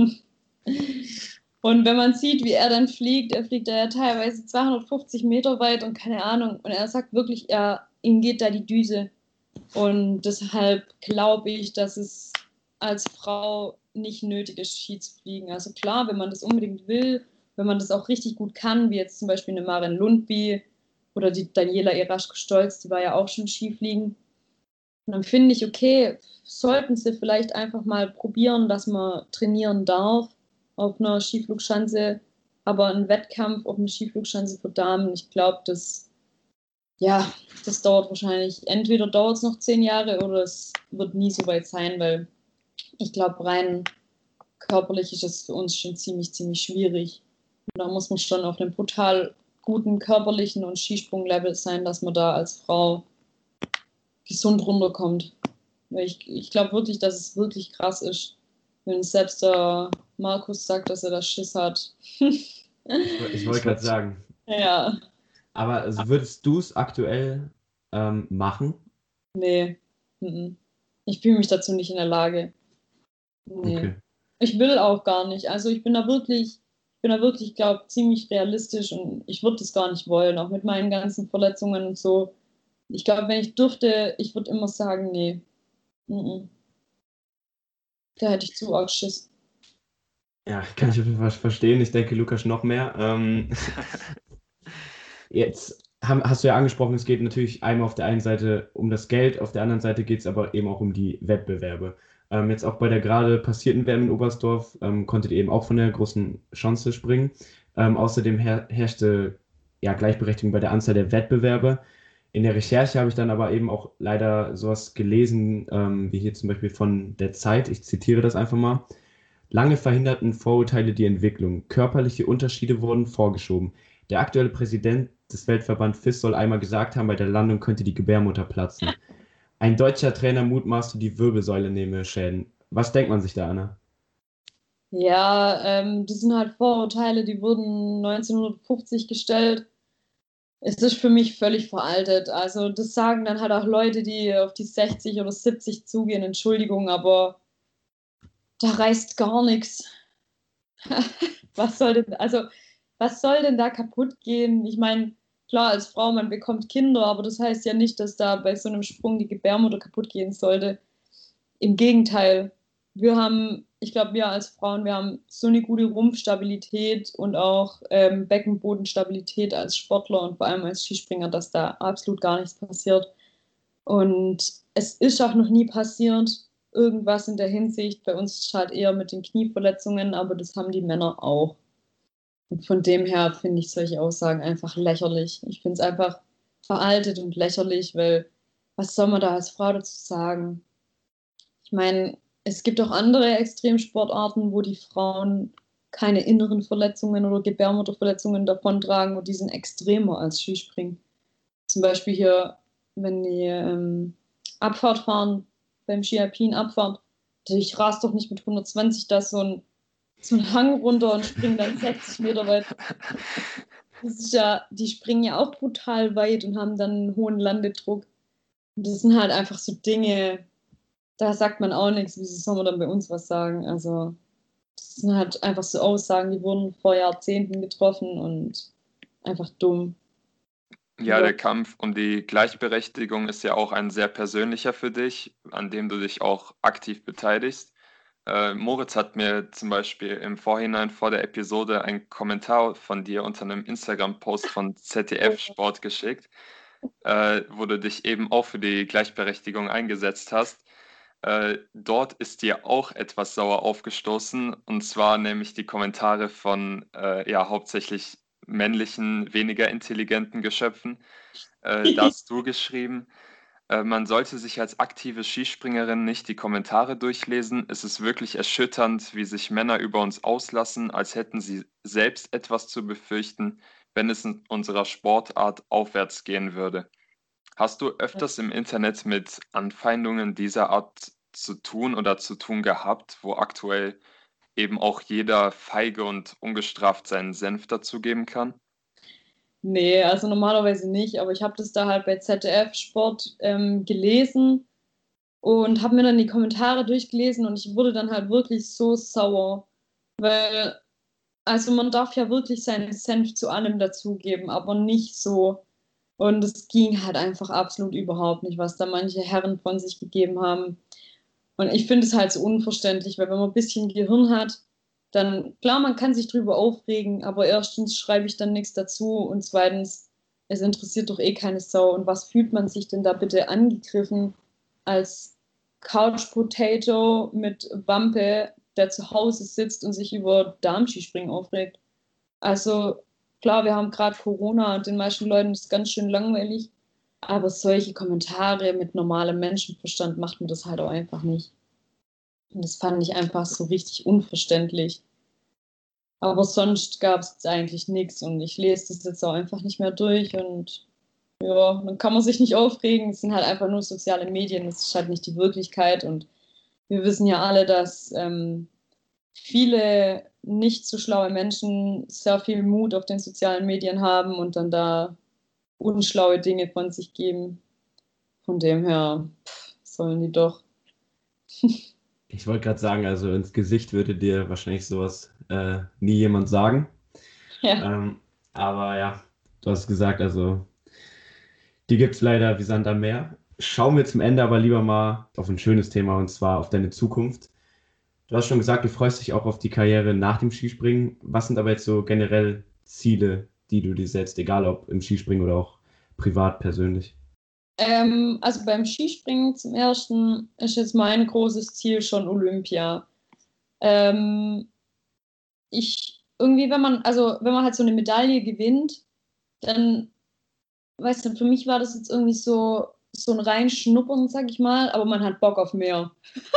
Und wenn man sieht, wie er dann fliegt, er fliegt da ja teilweise zweihundertfünfzig Meter weit und keine Ahnung. Und er sagt wirklich, er, ihm geht da die Düse. Und deshalb glaube ich, dass es als Frau nicht nötig ist, Ski zu fliegen. Also klar, wenn man das unbedingt will, wenn man das auch richtig gut kann, wie jetzt zum Beispiel eine Maren Lundby oder die Daniela Eraschko-Stolz, die war ja auch schon Skifliegen. Und dann finde ich, okay, sollten sie vielleicht einfach mal probieren, dass man trainieren darf auf einer Skiflugschanze, aber ein Wettkampf auf einer Skiflugschanze für Damen, ich glaube, das, ja, das dauert wahrscheinlich, entweder dauert es noch zehn Jahre oder es wird nie so weit sein, weil ich glaube, rein körperlich ist es für uns schon ziemlich, ziemlich schwierig. Und da muss man schon auf einem brutal guten körperlichen und Skisprunglevel sein, dass man da als Frau gesund runterkommt. Weil ich, ich glaube wirklich, dass es wirklich krass ist, wenn selbst der Markus sagt, dass er da Schiss hat. Ich, ich wollte gerade sagen. Ja. Aber also würdest du es aktuell ähm, machen? Nee. Mhm. Ich fühle mich dazu nicht in der Lage. Nee. Okay. Ich will auch gar nicht. Also ich bin da wirklich, ich bin da wirklich, glaube ich, ziemlich realistisch und ich würde das gar nicht wollen, auch mit meinen ganzen Verletzungen und so. Ich glaube, wenn ich dürfte, ich würde immer sagen, nee. Mhm. Da hätte ich zu arg Schiss. Ja, kann ich auf jeden Fall verstehen. Ich denke, Lukas noch mehr. Ähm, jetzt haben, hast du ja angesprochen, es geht natürlich einmal auf der einen Seite um das Geld, auf der anderen Seite geht es aber eben auch um die Wettbewerbe. Ähm, jetzt auch bei der gerade passierten W M in Oberstdorf ähm, konntet ihr eben auch von der großen Schanze springen. Ähm, außerdem her herrschte ja, Gleichberechtigung bei der Anzahl der Wettbewerbe. In der Recherche habe ich dann aber eben auch leider sowas gelesen, ähm, wie hier zum Beispiel von der Zeit. Ich zitiere das einfach mal. Lange verhinderten Vorurteile die Entwicklung. Körperliche Unterschiede wurden vorgeschoben. Der aktuelle Präsident des Weltverband F I S soll einmal gesagt haben, bei der Landung könnte die Gebärmutter platzen. Ein deutscher Trainer mutmaßte, die Wirbelsäule nehme Schäden. Was denkt man sich da, Anna? Ja, ähm, das sind halt Vorurteile, die wurden neunzehnhundertfünfzig gestellt. Es ist für mich völlig veraltet. Also das sagen dann halt auch Leute, die auf die sechzig oder siebzig zugehen, Entschuldigung, aber da reißt gar nichts. Was soll denn, also, was soll denn da kaputt gehen? Ich meine, klar, als Frau, man bekommt Kinder, aber das heißt ja nicht, dass da bei so einem Sprung die Gebärmutter kaputt gehen sollte. Im Gegenteil, wir haben, ich glaube, wir als Frauen, wir haben so eine gute Rumpfstabilität und auch ähm, Beckenbodenstabilität als Sportler und vor allem als Skispringer, dass da absolut gar nichts passiert. Und es ist auch noch nie passiert, irgendwas in der Hinsicht. Bei uns ist es halt eher mit den Knieverletzungen, aber das haben die Männer auch. Und von dem her finde ich solche Aussagen einfach lächerlich. Ich finde es einfach veraltet und lächerlich, weil was soll man da als Frau dazu sagen? Ich meine, es gibt auch andere Extremsportarten, wo die Frauen keine inneren Verletzungen oder Gebärmutterverletzungen davontragen und die sind extremer als Skispringen. Zum Beispiel hier, wenn die ähm, Abfahrt fahren, beim Ski Alpin Abfahrt, ich rast doch nicht mit hundertzwanzig da so ein, so einen Hang runter und springe dann sechzig Meter weit. Das ist ja, die springen ja auch brutal weit und haben dann einen hohen Landedruck. Und das sind halt einfach so Dinge, da sagt man auch nichts, wieso soll man dann bei uns was sagen? Also, das sind halt einfach so Aussagen, die wurden vor Jahrzehnten getroffen und einfach dumm. Ja, der Kampf um die Gleichberechtigung ist ja auch ein sehr persönlicher für dich, an dem du dich auch aktiv beteiligst. Äh, Moritz hat mir zum Beispiel im Vorhinein vor der Episode einen Kommentar von dir unter einem Instagram-Post von Z D F Sport geschickt, äh, wo du dich eben auch für die Gleichberechtigung eingesetzt hast. Äh, dort ist dir auch etwas sauer aufgestoßen, und zwar nämlich die Kommentare von äh, ja hauptsächlich männlichen, weniger intelligenten Geschöpfen. Äh, da hast du geschrieben, äh, man sollte sich als aktive Skispringerin nicht die Kommentare durchlesen. Es ist wirklich erschütternd, wie sich Männer über uns auslassen, als hätten sie selbst etwas zu befürchten, wenn es in unserer Sportart aufwärts gehen würde. Hast du öfters im Internet mit Anfeindungen dieser Art zu tun oder zu tun gehabt, wo aktuell eben auch jeder feige und ungestraft seinen Senf dazugeben kann? Nee, also normalerweise nicht, aber ich habe das da halt bei Z D F Sport ähm, gelesen und habe mir dann die Kommentare durchgelesen und ich wurde dann halt wirklich so sauer, weil, also man darf ja wirklich seinen Senf zu allem dazugeben, aber nicht so. Und es ging halt einfach absolut überhaupt nicht, was da manche Herren von sich gegeben haben. Und ich finde es halt so unverständlich, weil wenn man ein bisschen Gehirn hat, dann, klar, man kann sich drüber aufregen, aber erstens schreibe ich dann nichts dazu und zweitens, es interessiert doch eh keine Sau. Und was fühlt man sich denn da bitte angegriffen als Couch Potato mit Wampe, der zu Hause sitzt und sich über Darmskispringen aufregt? Also klar, wir haben gerade Corona und den meisten Leuten ist ganz schön langweilig, aber solche Kommentare mit normalem Menschenverstand macht man das halt auch einfach nicht. Und das fand ich einfach so richtig unverständlich. Aber sonst gab es eigentlich nichts und ich lese das jetzt auch einfach nicht mehr durch und ja, dann kann man sich nicht aufregen. Es sind halt einfach nur soziale Medien, es ist halt nicht die Wirklichkeit und wir wissen ja alle, dass ähm, viele nicht so schlaue Menschen sehr viel Mut auf den sozialen Medien haben und dann da unschlaue Dinge von sich geben. Von dem her pff, sollen die doch. Ich wollte gerade sagen, also ins Gesicht würde dir wahrscheinlich sowas äh, nie jemand sagen. Ja. Ähm, aber ja, du hast gesagt, also die gibt es leider wie Sand am Meer. Schauen wir zum Ende aber lieber mal auf ein schönes Thema und zwar auf deine Zukunft. Du hast schon gesagt, du freust dich auch auf die Karriere nach dem Skispringen. Was sind aber jetzt so generell Ziele, die du dir setzt, egal ob im Skispringen oder auch privat, persönlich? Ähm, also beim Skispringen zum ersten ist jetzt mein großes Ziel schon Olympia. Ähm, ich irgendwie, wenn man, also wenn man halt so eine Medaille gewinnt, dann, weißt du, für mich war das jetzt irgendwie so, so ein Reinschnuppern, sag ich mal, aber man hat Bock auf mehr.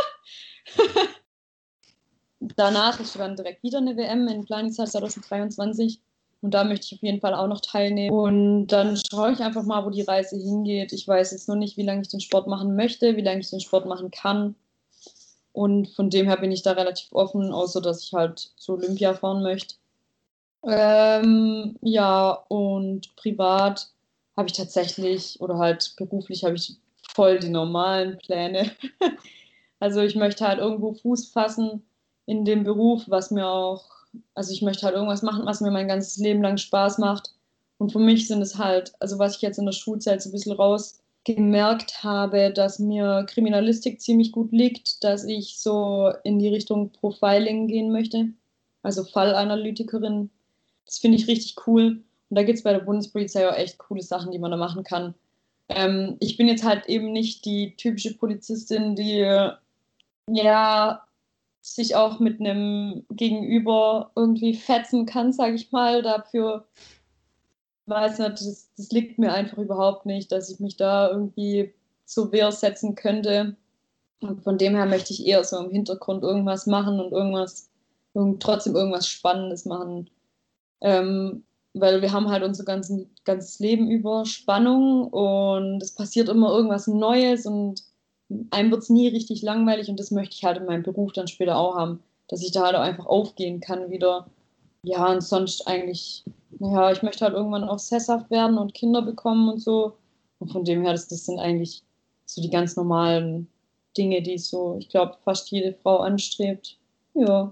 Danach ist dann direkt wieder eine W M in Planica zwanzig dreiundzwanzig und da möchte ich auf jeden Fall auch noch teilnehmen. Und dann schaue ich einfach mal, wo die Reise hingeht. Ich weiß jetzt noch nicht, wie lange ich den Sport machen möchte, wie lange ich den Sport machen kann. Und von dem her bin ich da relativ offen, außer dass ich halt zu Olympia fahren möchte. Ähm, ja, und privat habe ich tatsächlich, oder halt beruflich habe ich voll die normalen Pläne. Also ich möchte halt irgendwo Fuß fassen in dem Beruf, was mir auch, also ich möchte halt irgendwas machen, was mir mein ganzes Leben lang Spaß macht. Und für mich sind es halt, also was ich jetzt in der Schulzeit so ein bisschen rausgemerkt habe, dass mir Kriminalistik ziemlich gut liegt, dass ich so in die Richtung Profiling gehen möchte, also Fallanalytikerin. Das finde ich richtig cool. Und da gibt es bei der Bundespolizei auch echt coole Sachen, die man da machen kann. Ähm, ich bin jetzt halt eben nicht die typische Polizistin, die ja sich auch mit einem Gegenüber irgendwie fetzen kann, sage ich mal. Dafür weiß nicht, das, das liegt mir einfach überhaupt nicht, dass ich mich da irgendwie zur Wehr setzen könnte. Und von dem her möchte ich eher so im Hintergrund irgendwas machen und irgendwas, irgend, trotzdem irgendwas Spannendes machen. Ähm, weil wir haben halt unser ganzen, ganzes Leben über Spannung und es passiert immer irgendwas Neues und einem wird es nie richtig langweilig und das möchte ich halt in meinem Beruf dann später auch haben, dass ich da halt auch einfach aufgehen kann wieder. Ja, und sonst eigentlich, ja, ich möchte halt irgendwann auch sesshaft werden und Kinder bekommen und so. Und von dem her, das, das sind eigentlich so die ganz normalen Dinge, die so, ich glaube, fast jede Frau anstrebt. Ja.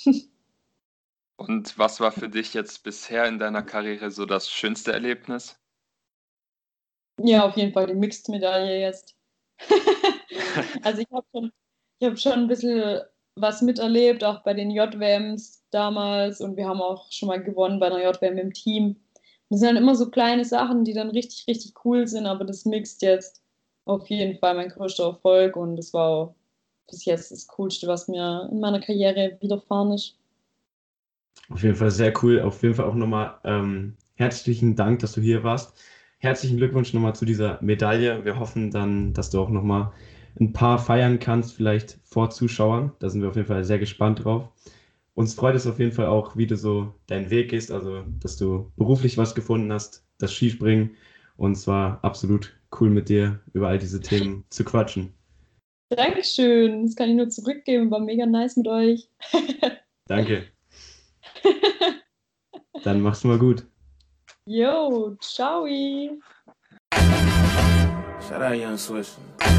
Und was war für dich jetzt bisher in deiner Karriere so das schönste Erlebnis? Ja, auf jeden Fall die Mixed-Medaille jetzt. Also ich habe schon, ich hab schon ein bisschen was miterlebt, auch bei den J W Ms damals und wir haben auch schon mal gewonnen bei einer J W M im Team. Das sind dann immer so kleine Sachen, die dann richtig, richtig cool sind, aber das Mixed jetzt auf jeden Fall mein größter Erfolg und das war auch bis jetzt das Coolste, was mir in meiner Karriere widerfahren ist. Auf jeden Fall sehr cool. Auf jeden Fall auch nochmal ähm, herzlichen Dank, dass du hier warst. Herzlichen Glückwunsch nochmal zu dieser Medaille. Wir hoffen dann, dass du auch nochmal ein paar feiern kannst, vielleicht vor Zuschauern. Da sind wir auf jeden Fall sehr gespannt drauf. Uns freut es auf jeden Fall auch, wie du so deinen Weg gehst, also dass du beruflich was gefunden hast, das Skispringen. Und es war absolut cool mit dir, über all diese Themen zu quatschen. Dankeschön, das kann ich nur zurückgeben, war mega nice mit euch. Danke. Dann mach's mal gut. Jo, ciao. Shout out Young Swiss.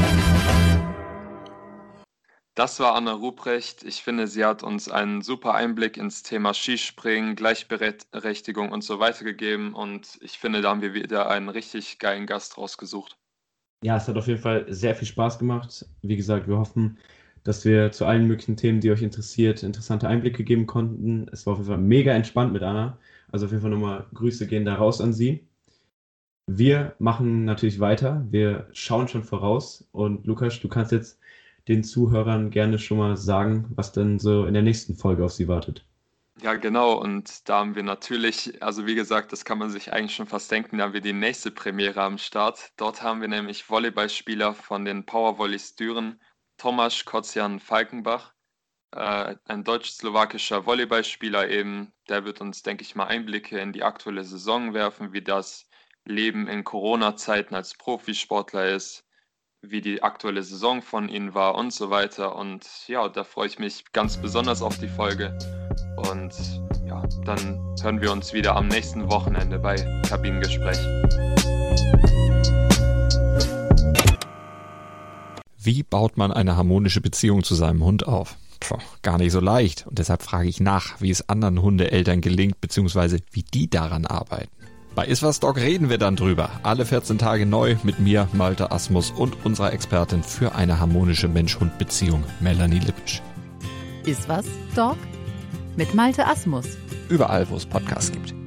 Das war Anna Ruprecht. Ich finde, sie hat uns einen super Einblick ins Thema Skispringen, Gleichberechtigung und so weiter gegeben. Und ich finde, da haben wir wieder einen richtig geilen Gast rausgesucht. Ja, es hat auf jeden Fall sehr viel Spaß gemacht. Wie gesagt, wir hoffen, dass wir zu allen möglichen Themen, die euch interessiert, interessante Einblicke geben konnten. Es war auf jeden Fall mega entspannt mit Anna. Also auf jeden Fall nochmal Grüße gehen da raus an sie. Wir machen natürlich weiter. Wir schauen schon voraus. Und Lukas, du kannst jetzt den Zuhörern gerne schon mal sagen, was denn so in der nächsten Folge auf sie wartet. Ja, genau. Und da haben wir natürlich, also wie gesagt, das kann man sich eigentlich schon fast denken, da haben wir die nächste Premiere am Start. Dort haben wir nämlich Volleyballspieler von den Powervolleys Düren, Tomasz Kocian-Falkenbach, äh, ein deutsch-slowakischer Volleyballspieler eben. Der wird uns, denke ich mal, Einblicke in die aktuelle Saison werfen, wie das Leben in Corona-Zeiten als Profisportler ist, wie die aktuelle Saison von ihnen war und so weiter. Und ja, da freue ich mich ganz besonders auf die Folge. Und ja, dann hören wir uns wieder am nächsten Wochenende bei Kabinengespräch. Wie baut man eine harmonische Beziehung zu seinem Hund auf? Puh, gar nicht so leicht. Und deshalb frage ich nach, wie es anderen Hundeeltern gelingt, beziehungsweise wie die daran arbeiten. Bei Iswas Dog reden wir dann drüber. Alle vierzehn Tage neu mit mir, Malte Asmus und unserer Expertin für eine harmonische Mensch-Hund-Beziehung, Melanie Lippisch. Iswas Dog mit Malte Asmus. Überall, wo es Podcasts gibt.